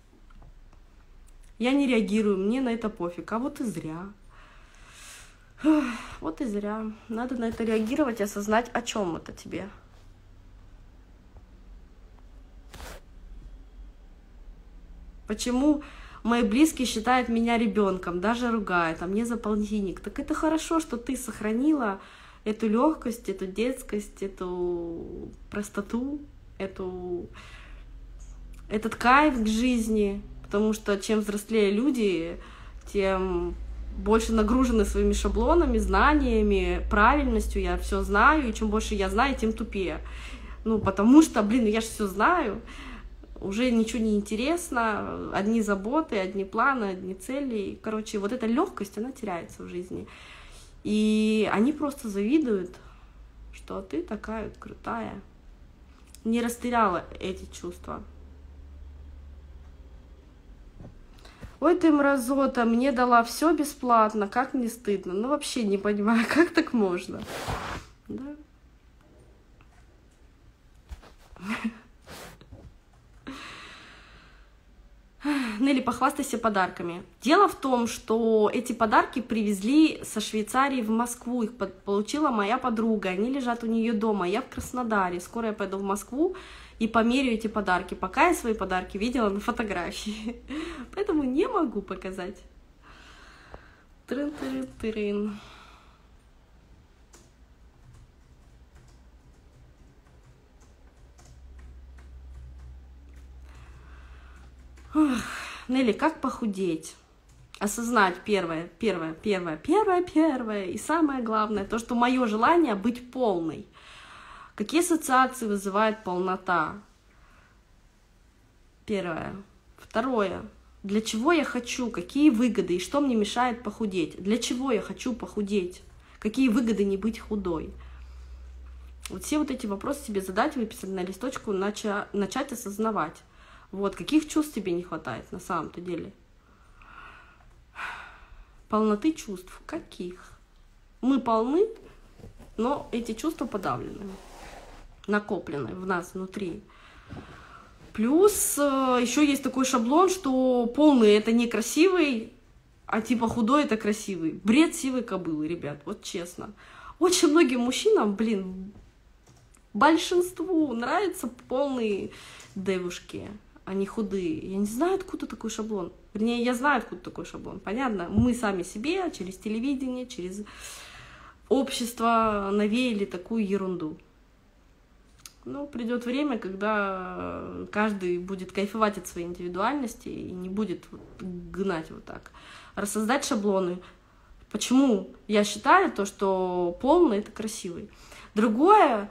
Я не реагирую, мне на это пофиг, а вот и зря. Вот и зря. Надо на это реагировать и осознать, о чем это тебе. Почему мои близкие считают меня ребенком, даже ругают, а мне за полтинник? Так это хорошо, что ты сохранила эту легкость, эту детскость, эту простоту, этот кайф к жизни. Потому что чем взрослее люди, тем больше нагружены своими шаблонами, знаниями, правильностью. Я все знаю, и чем больше я знаю, тем тупее. Ну, потому что, блин, я же все знаю. Уже ничего не интересно, одни заботы, одни планы, одни цели. Короче, вот эта легкость, она теряется в жизни. И они просто завидуют, что ты такая крутая. Не растеряла эти чувства. Ой, ты мразота, мне дала все бесплатно, как не стыдно. Ну, вообще не понимаю, как так можно. Да? Нелли, похвастайся подарками. Дело в том, что эти подарки привезли со Швейцарии в Москву. Их получила моя подруга. Они лежат у нее дома. Я в Краснодаре. Скоро я пойду в Москву и померю эти подарки. Пока я свои подарки видела на фотографии. Поэтому не могу показать. Трын-трын-трын. Нелли, как похудеть? Осознать первое и самое главное, то, что мое желание быть полной. Какие ассоциации вызывает полнота? Первое. Второе. Для чего я хочу? Какие выгоды и что мне мешает похудеть? Для чего я хочу похудеть? Какие выгоды не быть худой? Вот все вот эти вопросы себе задать, выписать на листочку, начать осознавать. Вот, каких чувств тебе не хватает на самом-то деле? Полноты чувств. Каких? Мы полны, но эти чувства подавлены, накоплены в нас внутри. Плюс еще есть такой шаблон, что полный — это некрасивый, а типа худой — это красивый. Бред сивой кобылы, ребят, вот честно. Очень многим мужчинам, блин, большинству нравятся полные девушки. Они худые. Я не знаю, откуда такой шаблон. Вернее, я знаю, откуда такой шаблон. Понятно, мы сами себе через телевидение, через общество навеяли такую ерунду. Но придет время, когда каждый будет кайфовать от своей индивидуальности и не будет гнать вот так. Рассоздать шаблоны. Почему я считаю то, что полный — это красивый. Другое,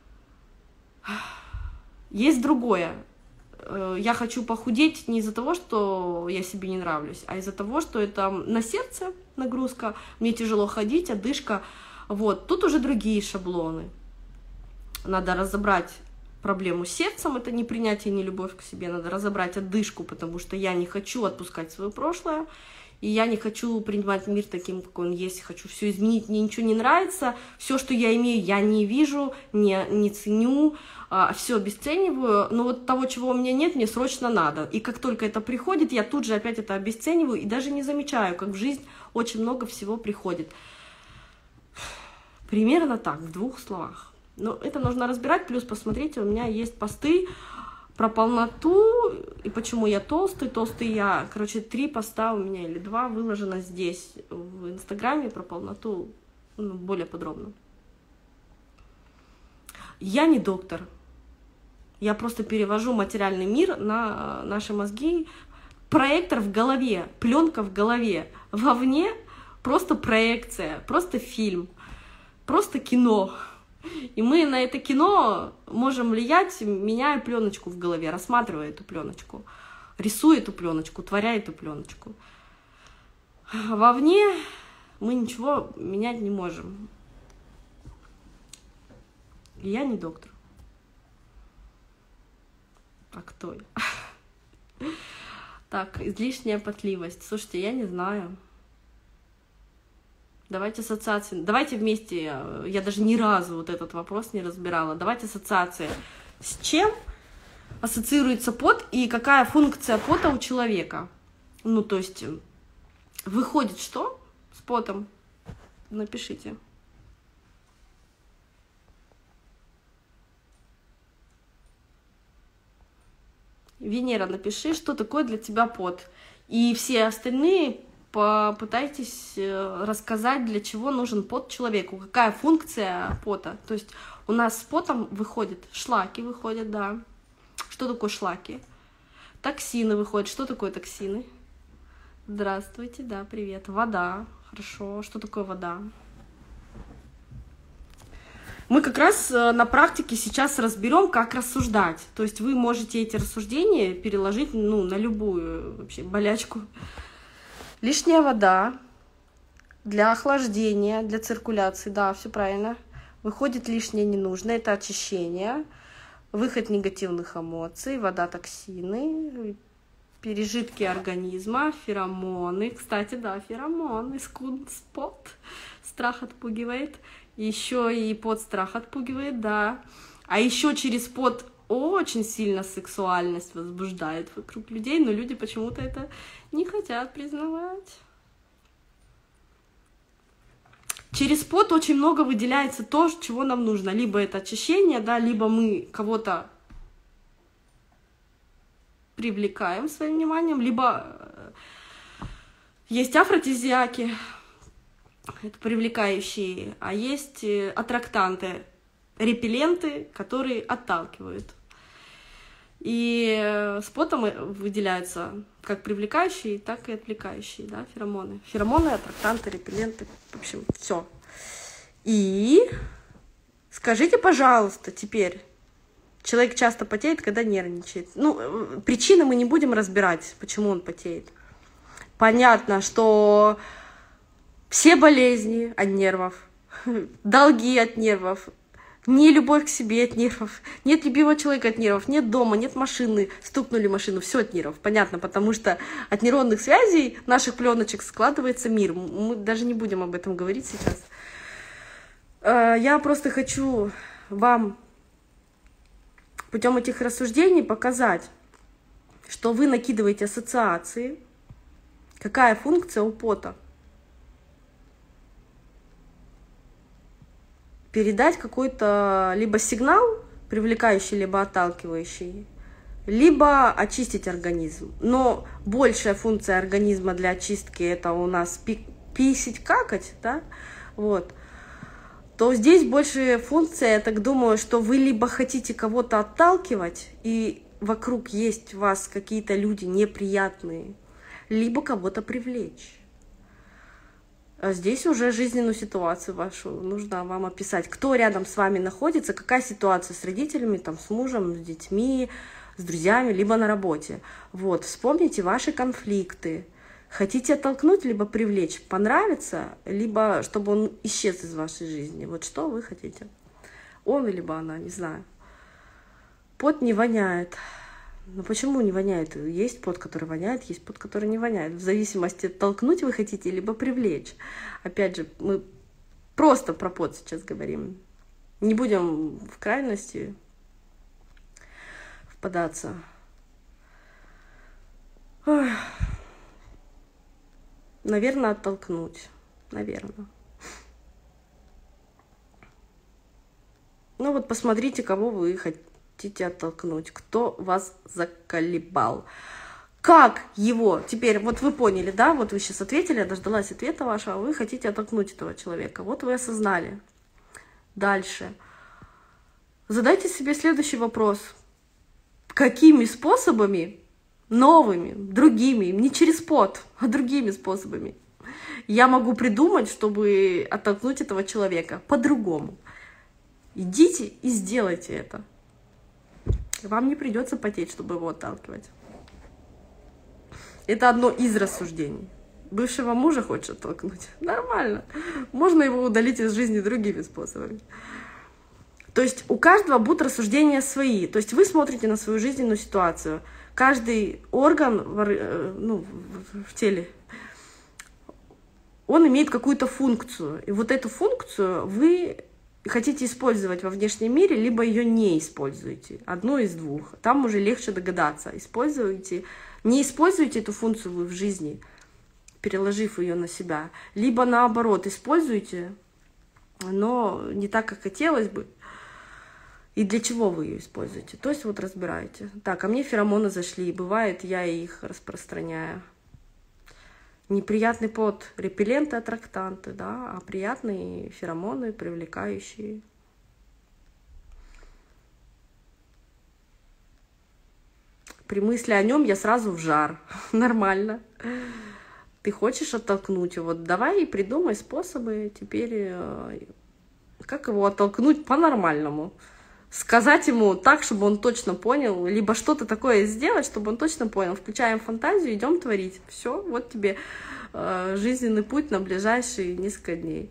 есть другое. Я хочу похудеть не из-за того, что я себе не нравлюсь, а из-за того, что это на сердце нагрузка, мне тяжело ходить, одышка. Вот, тут уже другие шаблоны. Надо разобрать проблему с сердцем, это не принятие, не любовь к себе, надо разобрать отдышку, потому что я не хочу отпускать свое прошлое, и я не хочу принимать мир таким, какой он есть, хочу все изменить, мне ничего не нравится, все, что я имею, я не вижу, не ценю, все обесцениваю, но вот того, чего у меня нет, мне срочно надо. И как только это приходит, я тут же опять это обесцениваю и даже не замечаю, как в жизнь очень много всего приходит. Примерно так, в 2 словах. Но это нужно разбирать, плюс посмотрите, у меня есть посты про полноту, и почему я толстый. Толстый я, короче, 3 поста у меня или 2 выложено здесь, в Инстаграме, про полноту, ну, более подробно. Я не доктор. Я просто перевожу материальный мир на наши мозги. Проектор в голове, пленка в голове. Вовне просто проекция, просто фильм, просто кино. И мы на это кино можем влиять, меняя пленочку в голове, рассматривая эту пленочку, рисуя эту пленочку, творя эту пленочку. Вовне мы ничего менять не можем. И я не доктор. А кто я? Так, излишняя потливость. Слушайте, я не знаю. Давайте ассоциации. Давайте вместе, я даже ни разу вот этот вопрос не разбирала. Давайте ассоциации. С чем ассоциируется пот и какая функция пота у человека? Ну, то есть, выходит что с потом? Напишите. Венера, напиши, что такое для тебя пот. И все остальные попытайтесь рассказать, для чего нужен пот человеку, какая функция пота. То есть у нас с потом выходят шлаки, выходят, да. Что такое шлаки? Токсины выходят. Что такое токсины? Здравствуйте, да, привет. Вода, хорошо. Что такое вода? Мы как раз на практике сейчас разберем, как рассуждать. То есть вы можете эти рассуждения переложить, ну, на любую вообще болячку. Лишняя вода для охлаждения, для циркуляции, да, все правильно. Выходит лишнее ненужное, это очищение, выход негативных эмоций, вода, токсины, пережитки организма, феромоны. Кстати, да, феромоны, спот, страх отпугивает. Еще и пот страх отпугивает, да. А еще через пот очень сильно сексуальность возбуждает вокруг людей, но люди почему-то это не хотят признавать. Через пот очень много выделяется то, чего нам нужно. Либо это очищение, да, либо мы кого-то привлекаем своим вниманием, либо есть афродизиаки, это привлекающие, а есть аттрактанты, репелленты, которые отталкивают. И с потом выделяются как привлекающие, так и отвлекающие, да, феромоны. Феромоны, аттрактанты, репелленты, в общем, все. И скажите, пожалуйста, теперь, человек часто потеет, когда нервничает. Ну, причины мы не будем разбирать, почему он потеет. Понятно, что все болезни от нервов, долги от нервов, нелюбовь к себе от нервов, нет любимого человека от нервов, нет дома, нет машины, стукнули машину, все от нервов. Понятно, потому что от нейронных связей наших пленочек складывается мир. Мы даже не будем об этом говорить сейчас. Я просто хочу вам путем этих рассуждений показать, что вы накидываете ассоциации, какая функция у пота. Передать какой-то либо сигнал, привлекающий, либо отталкивающий, либо очистить организм. Но большая функция организма для очистки — это у нас писать, какать, да, вот. То здесь большая функция, я так думаю, что вы либо хотите кого-то отталкивать, и вокруг есть у вас какие-то люди неприятные, либо кого-то привлечь. А здесь уже жизненную ситуацию вашу нужно вам описать. Кто рядом с вами находится, какая ситуация с родителями, там, с мужем, с детьми, с друзьями, либо на работе. Вот, вспомните ваши конфликты. Хотите оттолкнуть, либо привлечь, понравится, либо чтобы он исчез из вашей жизни. Вот что вы хотите. Он либо она, не знаю. пот не воняет. Ну почему не воняет? Есть пот, который воняет, есть пот, который не воняет. В зависимости, толкнуть вы хотите, либо привлечь. Опять же, мы просто про пот сейчас говорим. Не будем в крайности впадаться. Ой. Наверное, оттолкнуть. Наверное. Ну вот посмотрите, кого вы хотите оттолкнуть, кто вас заколебал. Как его, теперь вот вы поняли, да, вот вы сейчас ответили, я дождалась ответа вашего, вы хотите оттолкнуть этого человека, вот вы осознали. Дальше. Задайте себе следующий вопрос. Какими способами, новыми, другими, не через пот, а другими способами, я могу придумать, чтобы оттолкнуть этого человека по-другому? Идите и сделайте это. Вам не придется потеть, чтобы его отталкивать. Это одно из рассуждений. Бывшего мужа хочешь оттолкнуть? Нормально. Можно его удалить из жизни другими способами. То есть у каждого будут рассуждения свои. То есть вы смотрите на свою жизненную ситуацию. Каждый орган в теле, он имеет какую-то функцию. И вот эту функцию вы хотите использовать во внешнем мире, либо ее не используете. Одно из двух. Там уже легче догадаться. Не используйте эту функцию вы в жизни, переложив ее на себя. Либо наоборот, используйте, но не так, как хотелось бы. И для чего вы ее используете? То есть вот разбираете. Так, а мне феромоны зашли. Бывает, я их распространяю. Неприятный пот, репелленты, аттрактанты, да, а приятные феромоны, привлекающие. При мысли о нем я сразу в жар. Нормально. Ты хочешь оттолкнуть его? Вот давай и придумай способы теперь, как его оттолкнуть по-нормальному. Сказать ему так, чтобы он точно понял, либо что-то такое сделать, чтобы он точно понял. Включаем фантазию, идем творить. Все, вот тебе жизненный путь на ближайшие несколько дней.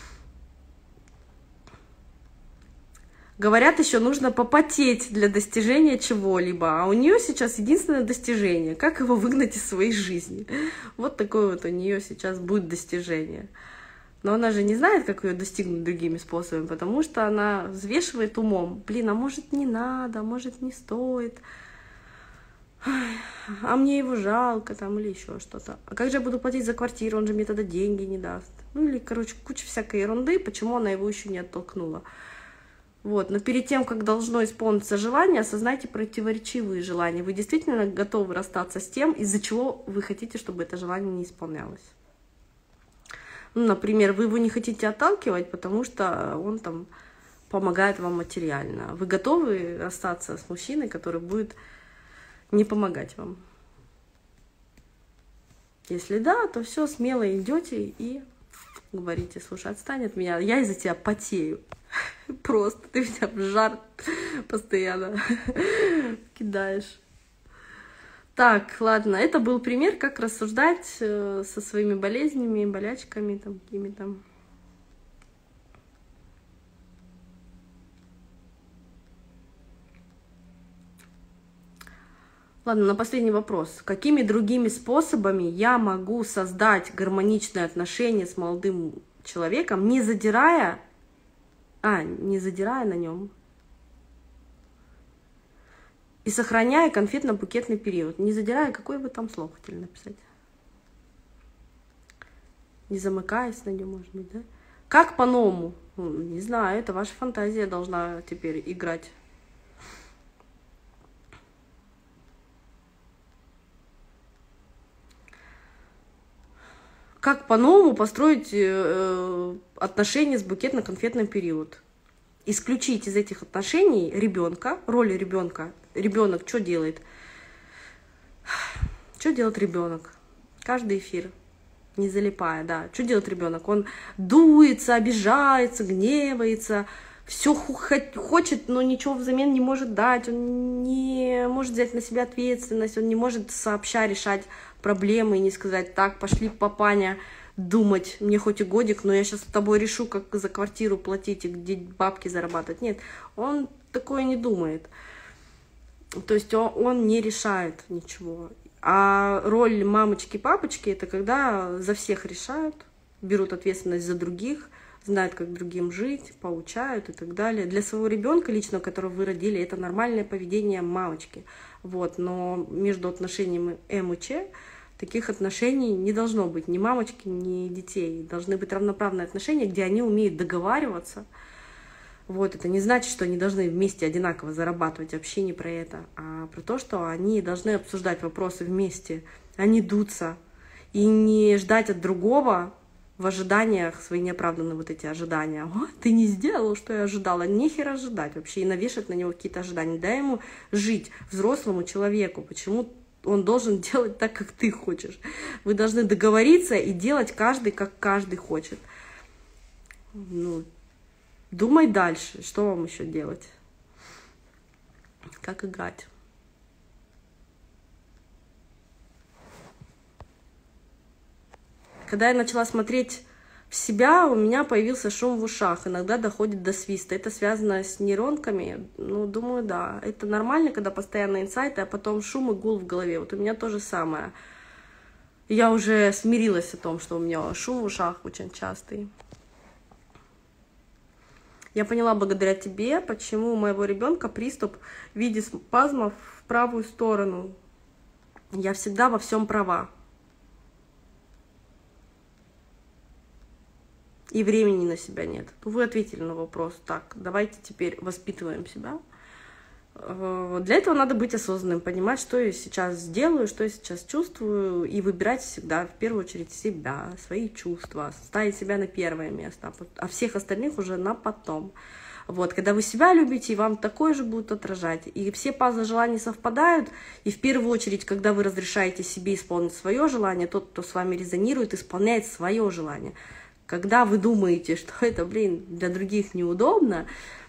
Говорят, еще нужно попотеть для достижения чего-либо, а у нее сейчас единственное достижение, как его выгнать из своей жизни. Вот такое вот у нее сейчас будет достижение. Но она же не знает, как ее достигнуть другими способами, потому что она взвешивает умом. Блин, а может не надо, может не стоит. А мне его жалко там или еще что-то. А как же я буду платить за квартиру, он же мне тогда деньги не даст. Ну или, короче, куча всякой ерунды, почему она его еще не оттолкнула. Вот, но перед тем, как должно исполниться желание, осознайте противоречивые желания. Вы действительно готовы расстаться с тем, из-за чего вы хотите, чтобы это желание не исполнялось. Ну, например, вы его не хотите отталкивать, потому что он там помогает вам материально. Вы готовы расстаться с мужчиной, который будет не помогать вам? Если да, то все, смело идете и говорите: слушай, отстань от меня, я из-за тебя потею. Просто ты меня в жар постоянно кидаешь. Так, ладно, это был пример, как рассуждать со своими болезнями, болячками, там, какими-то. Ладно, на последний вопрос. Какими другими способами я могу создать гармоничные отношения с молодым человеком, не задирая на нем, и сохраняя конфетно-букетный период? Не задирая, какое бы там слово хотели написать? Не замыкаясь на нем, может быть, да? Как по-новому? Не знаю, это ваша фантазия должна теперь играть. Как по-новому построить отношения с букетно-конфетным период? Исключить из этих отношений ребенка, роли ребенка. Ребенок что делает? Что делает ребенок? Каждый эфир, не залипая, да. Что делает ребенок? Он дуется, обижается, гневается, все хочет, но ничего взамен не может дать. Он не может взять на себя ответственность, он не может сообща решать проблемы и не сказать: так, пошли, папаня, думать, мне хоть и годик, но я сейчас с тобой решу, как за квартиру платить и где бабки зарабатывать. Нет, он такое не думает. То есть он не решает ничего. А роль мамочки-папочки — это когда за всех решают, берут ответственность за других, знают, как другим жить, поучают и так далее. Для своего ребенка лично, которого вы родили, это нормальное поведение мамочки. Вот. Но между отношениями М и Ч таких отношений не должно быть. Ни мамочки, ни детей. Должны быть равноправные отношения, где они умеют договариваться. Вот. Это не значит, что они должны вместе одинаково зарабатывать. Вообще не про это. А про то, что они должны обсуждать вопросы вместе, а не дуться. И не ждать от другого в ожиданиях, свои неоправданные вот эти ожидания. О, ты не сделал, что я ожидала. Нехер ожидать вообще. И навешать на него какие-то ожидания. Дай ему жить, взрослому человеку. Почему он должен делать так, как ты хочешь? Вы должны договориться и делать каждый, как каждый хочет. Ну, думай дальше. Что вам еще делать? Как играть? Когда я начала смотреть в себя, у меня появился шум в ушах, иногда доходит до свиста. Это связано с нейронками? Ну, думаю, да. Это нормально, когда постоянно инсайты, а потом шум и гул в голове. Вот у меня то же самое. Я уже смирилась о том, что у меня шум в ушах очень частый. Я поняла благодаря тебе, почему у моего ребенка приступ в виде спазмов в правую сторону. Я всегда во всем права. И времени на себя нет. Вы ответили на вопрос. Так, давайте теперь воспитываем себя. Для этого надо быть осознанным, понимать, что я сейчас делаю, что я сейчас чувствую, и выбирать всегда, в первую очередь, себя, свои чувства, ставить себя на первое место, а всех остальных уже на потом. Вот, когда вы себя любите, и вам такое же будут отражать. И все пазлы желаний совпадают, и в первую очередь, когда вы разрешаете себе исполнить свое желание, тот, кто с вами резонирует, исполняет свое желание. Когда вы думаете, что это, для других неудобно,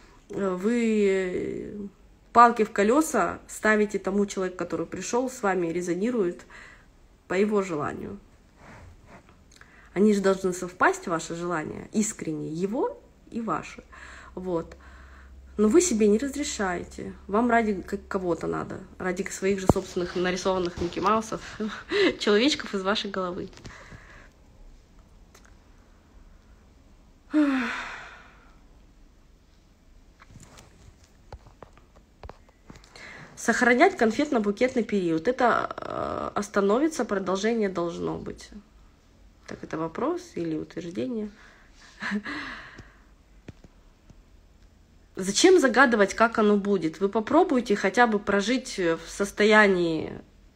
вы палки в колеса ставите тому человеку, который пришел с вами, резонирует по его желанию. Они же должны совпасть, ваши желания, искренние, его и ваши. Вот. Но вы себе не разрешаете. Вам ради кого-то надо, ради своих же собственных нарисованных Микки Маусов, человечков из вашей головы. Сохранять конфетно-букетный период. Это остановится, продолжение должно быть. Так, это вопрос или утверждение? Зачем загадывать, как оно будет? Вы попробуйте хотя бы прожить в состоянии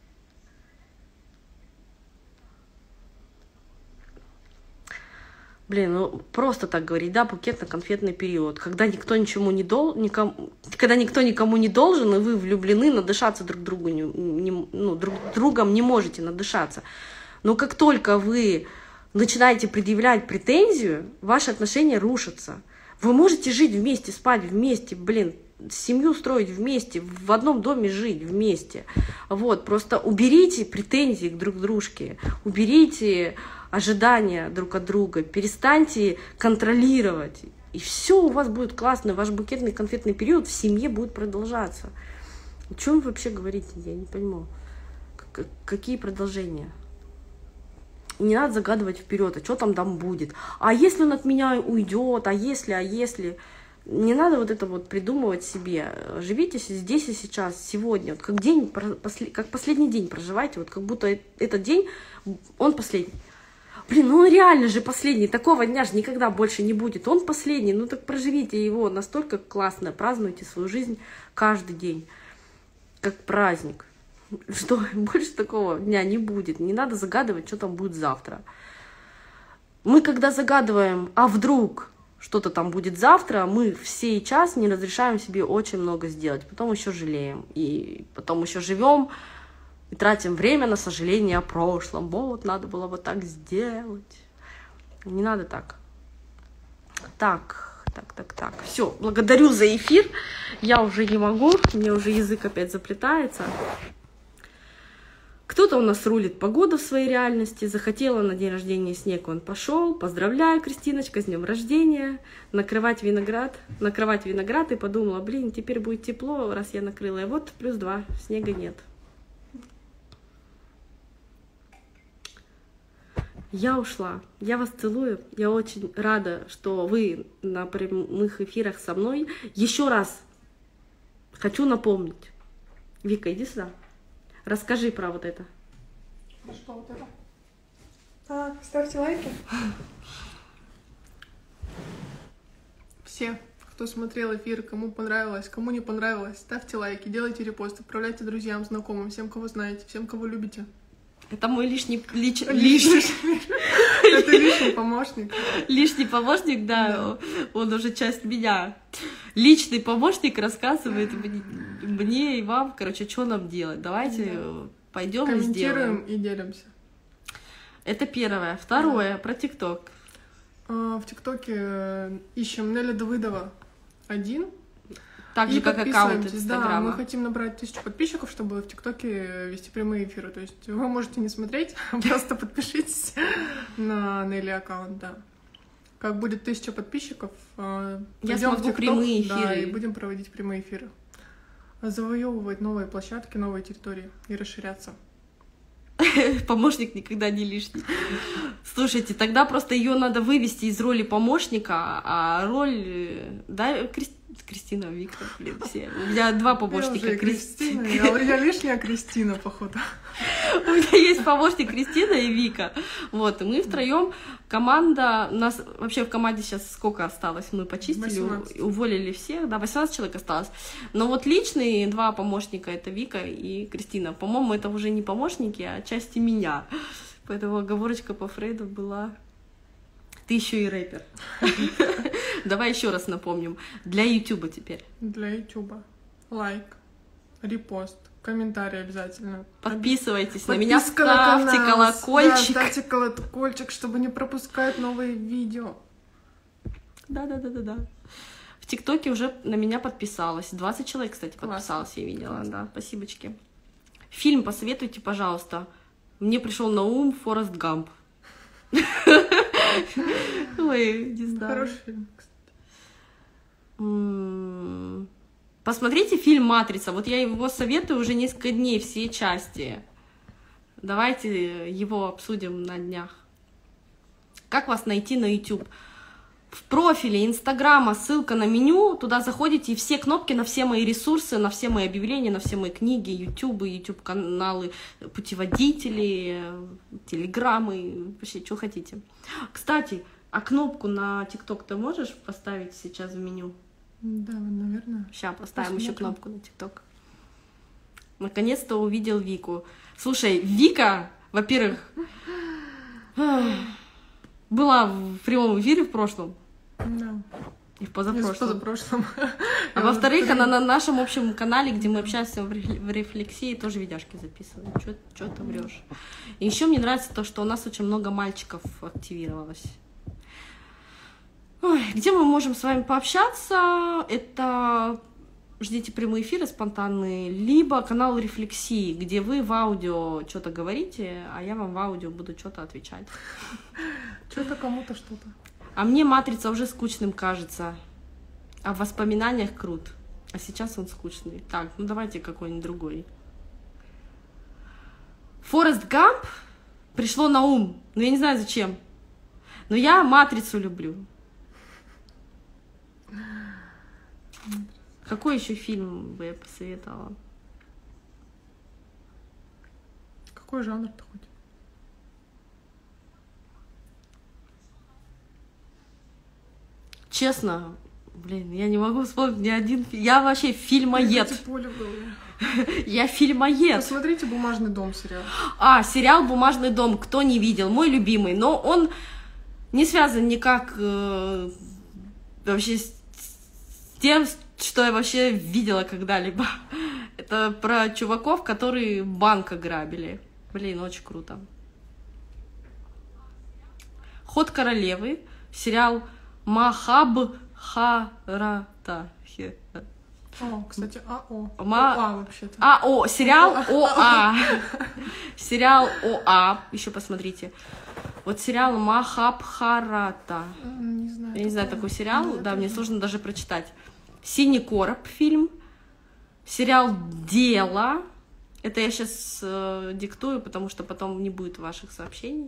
просто так говорить, да, букетно-конфетный период, когда никто ничему не когда никто никому не должен, и вы влюблены, надышаться друг другом не можете надышаться. Но как только вы начинаете предъявлять претензию, ваши отношения рушатся. Вы можете жить вместе, спать вместе, семью строить вместе, в одном доме жить вместе. Вот, просто уберите претензии друг к дружке, уберите ожидания друг от друга, перестаньте контролировать, и все у вас будет классно, ваш букетный конфетный период в семье будет продолжаться. О чем вы вообще говорите? Я не пойму. Какие продолжения? Не надо загадывать вперед, а что там будет? А если он от меня уйдет? А если? Не надо вот это вот придумывать себе. Живите здесь и сейчас, сегодня. Вот как последний день проживайте, вот как будто этот день, он последний. Он реально же последний. Такого дня же никогда больше не будет. Он последний. Ну так проживите его настолько классно. Празднуйте свою жизнь каждый день. Как праздник. Что больше такого дня не будет. Не надо загадывать, что там будет завтра. Мы когда загадываем, а вдруг что-то там будет завтра, мы в сей час не разрешаем себе очень много сделать. Потом еще жалеем. И потом еще живем и тратим время на сожаление о прошлом. Вот, надо было вот так сделать. Не надо так. Так. Все, благодарю за эфир. Я уже не могу. Мне уже язык опять заплетается. Кто Кто-то у нас рулит погоду в своей реальности. Захотела на день рождения снег, он пошел. Поздравляю, Кристиночка, с днем рождения. Накрывать виноград и подумала, блин, теперь будет тепло, раз я накрыла. И вот +2, снега нет. Я ушла. Я вас целую. Я очень рада, что вы на прямых эфирах со мной. Еще раз хочу напомнить. Вика, иди сюда. Расскажи про вот это. Что вот это? Так, ставьте лайки. Все, кто смотрел эфир, кому понравилось, кому не понравилось, ставьте лайки, делайте репосты, отправляйте друзьям, знакомым, всем, кого знаете, всем, кого любите. Это мой лишний Это лишний помощник. Лишний помощник, да, он уже часть меня. Личный помощник рассказывает мне и вам, короче, что нам делать. Давайте пойдем и сделаем. Комментируем и делимся. Это первое. Второе, про ТикТок. В ТикТоке ищем Неля Давыдова 1. Так же, как аккаунт Да, Инстаграма. мы хотим набрать 1000 подписчиков, чтобы в ТикТоке вести прямые эфиры. То есть вы можете не смотреть, просто подпишитесь на Нелли аккаунт, да. Как будет 1000 подписчиков, я смогу прямые эфиры. Да, и будем проводить прямые эфиры. Завоевывать новые площадки, новые территории и расширяться. Помощник никогда не лишний. Слушайте, тогда просто ее надо вывести из роли помощника, а роль... Да, Кристина, Вика, блин, все. У меня 2 помощника. Кристина. Я лишняя Кристина, походу. У меня есть помощник Кристина и Вика. Вот, и мы втроем. Команда... У нас вообще в команде сейчас сколько осталось? Мы почистили, 18. уволили всех. Да, 18 человек осталось. Но вот личные 2 помощника — это Вика и Кристина. По-моему, это уже не помощники, а части меня. Поэтому оговорочка по Фрейду была... Ты еще и рэпер. Давай еще раз напомним. Для Ютуба теперь. Для Ютуба. Лайк, репост, комментарий обязательно. Подписывайтесь на меня, Подписка на ставьте канал. колокольчик. Да, ставьте колокольчик, чтобы не пропускать новые видео. Да. В ТикТоке уже на меня подписалось. 20 человек, кстати, Классно. подписалось, я видела. Классно. Да, спасибочки. Фильм посоветуйте, пожалуйста. Мне пришел на ум Форест Гамп. Ой, не знаю. Хороший фильм, кстати. Посмотрите фильм «Матрица». Вот я его советую уже несколько дней, все части. Давайте его обсудим на днях. Как вас найти на YouTube? В профиле Инстаграма ссылка на меню, туда заходите, и все кнопки на все мои ресурсы, на все мои объявления, на все мои книги, YouTube-каналы, путеводители, телеграммы, вообще, что хотите. Кстати, а кнопку на ТикТок ты можешь поставить сейчас в меню? Да, наверное. Сейчас поставим еще Посмотрим. кнопку на ТикТок. Наконец-то увидел Вику. Слушай, Вика, во-первых, была в прямом эфире в прошлом. Да. И в позапрошлом. В позапрошлом. А во-вторых, она на нашем общем канале, где мы общаемся в рефлексии, тоже видяшки записывает. Чё ты врешь? И еще мне нравится то, что у нас очень много мальчиков активировалось. Ой, где мы можем с вами пообщаться? Это ждите прямые эфиры спонтанные, либо канал рефлексии, где вы в аудио что-то говорите, а я вам в аудио буду что-то отвечать. Что-то кому-то что-то. А мне «Матрица» уже скучным кажется, а в воспоминаниях крут. А сейчас он скучный. Так, ну давайте какой-нибудь другой. Форест Гамп пришло на ум, но я не знаю зачем. Но я «Матрицу» люблю. Какой еще фильм бы я посоветовала? Какой жанр-то хоть? Честно, блин, я не могу вспомнить ни один фильм. Я вообще фильмоед. Поле было. Я фильмоед. Посмотрите «Бумажный дом» сериал. А, сериал «Бумажный дом», кто не видел, мой любимый. Но он не связан никак вообще с тем, что я вообще видела когда-либо. Это про чуваков, которые банк ограбили. Блин, очень круто. «Ход королевы», сериал Махабхарата. О, кстати, АО. Ма- ОА вообще-то. АО, сериал ОА. Сериал ОА, еще посмотрите. Вот сериал Махабхарата. Не знаю. Я не знаю такой сериал, Нет, да, мне сложно даже прочитать. Синий короб фильм. Сериал Дело. Это я сейчас диктую, потому что потом не будет ваших сообщений.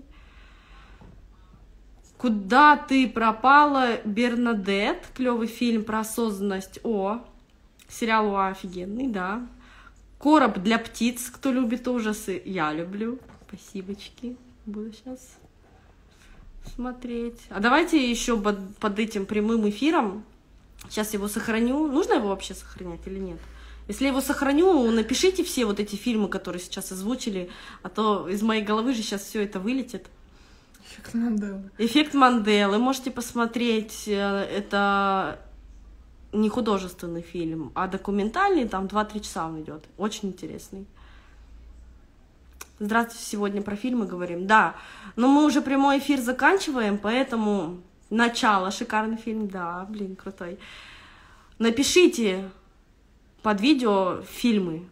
Куда ты пропала, Бернадет? Клевый фильм про осознанность. Сериал ОА офигенный, да. Короб для птиц. Кто любит ужасы? Я люблю. Спасибочки. Буду сейчас смотреть. А давайте еще под этим прямым эфиром. Сейчас его сохраню. Нужно его вообще сохранять или нет? Если я его сохраню, напишите все вот эти фильмы, которые сейчас озвучили, а то из моей головы же сейчас все это вылетит. Эффект Манделы. Эффект Манделы. Можете посмотреть. Это не художественный фильм, а документальный. Там 2-3 часа он идет. Очень интересный. Здравствуйте, сегодня про фильмы говорим. Да, но мы уже прямой эфир заканчиваем, поэтому начало. Шикарный фильм. Да, блин, крутой. Напишите под видео фильмы.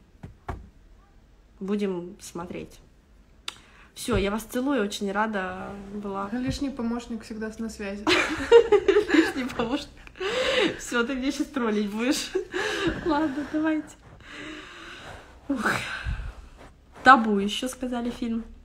Будем смотреть. Все, я вас целую, очень рада была. Лишний помощник всегда на связи. Лишний помощник. Все, ты меня сейчас троллить будешь. Ладно, давайте. Табу еще сказали фильм.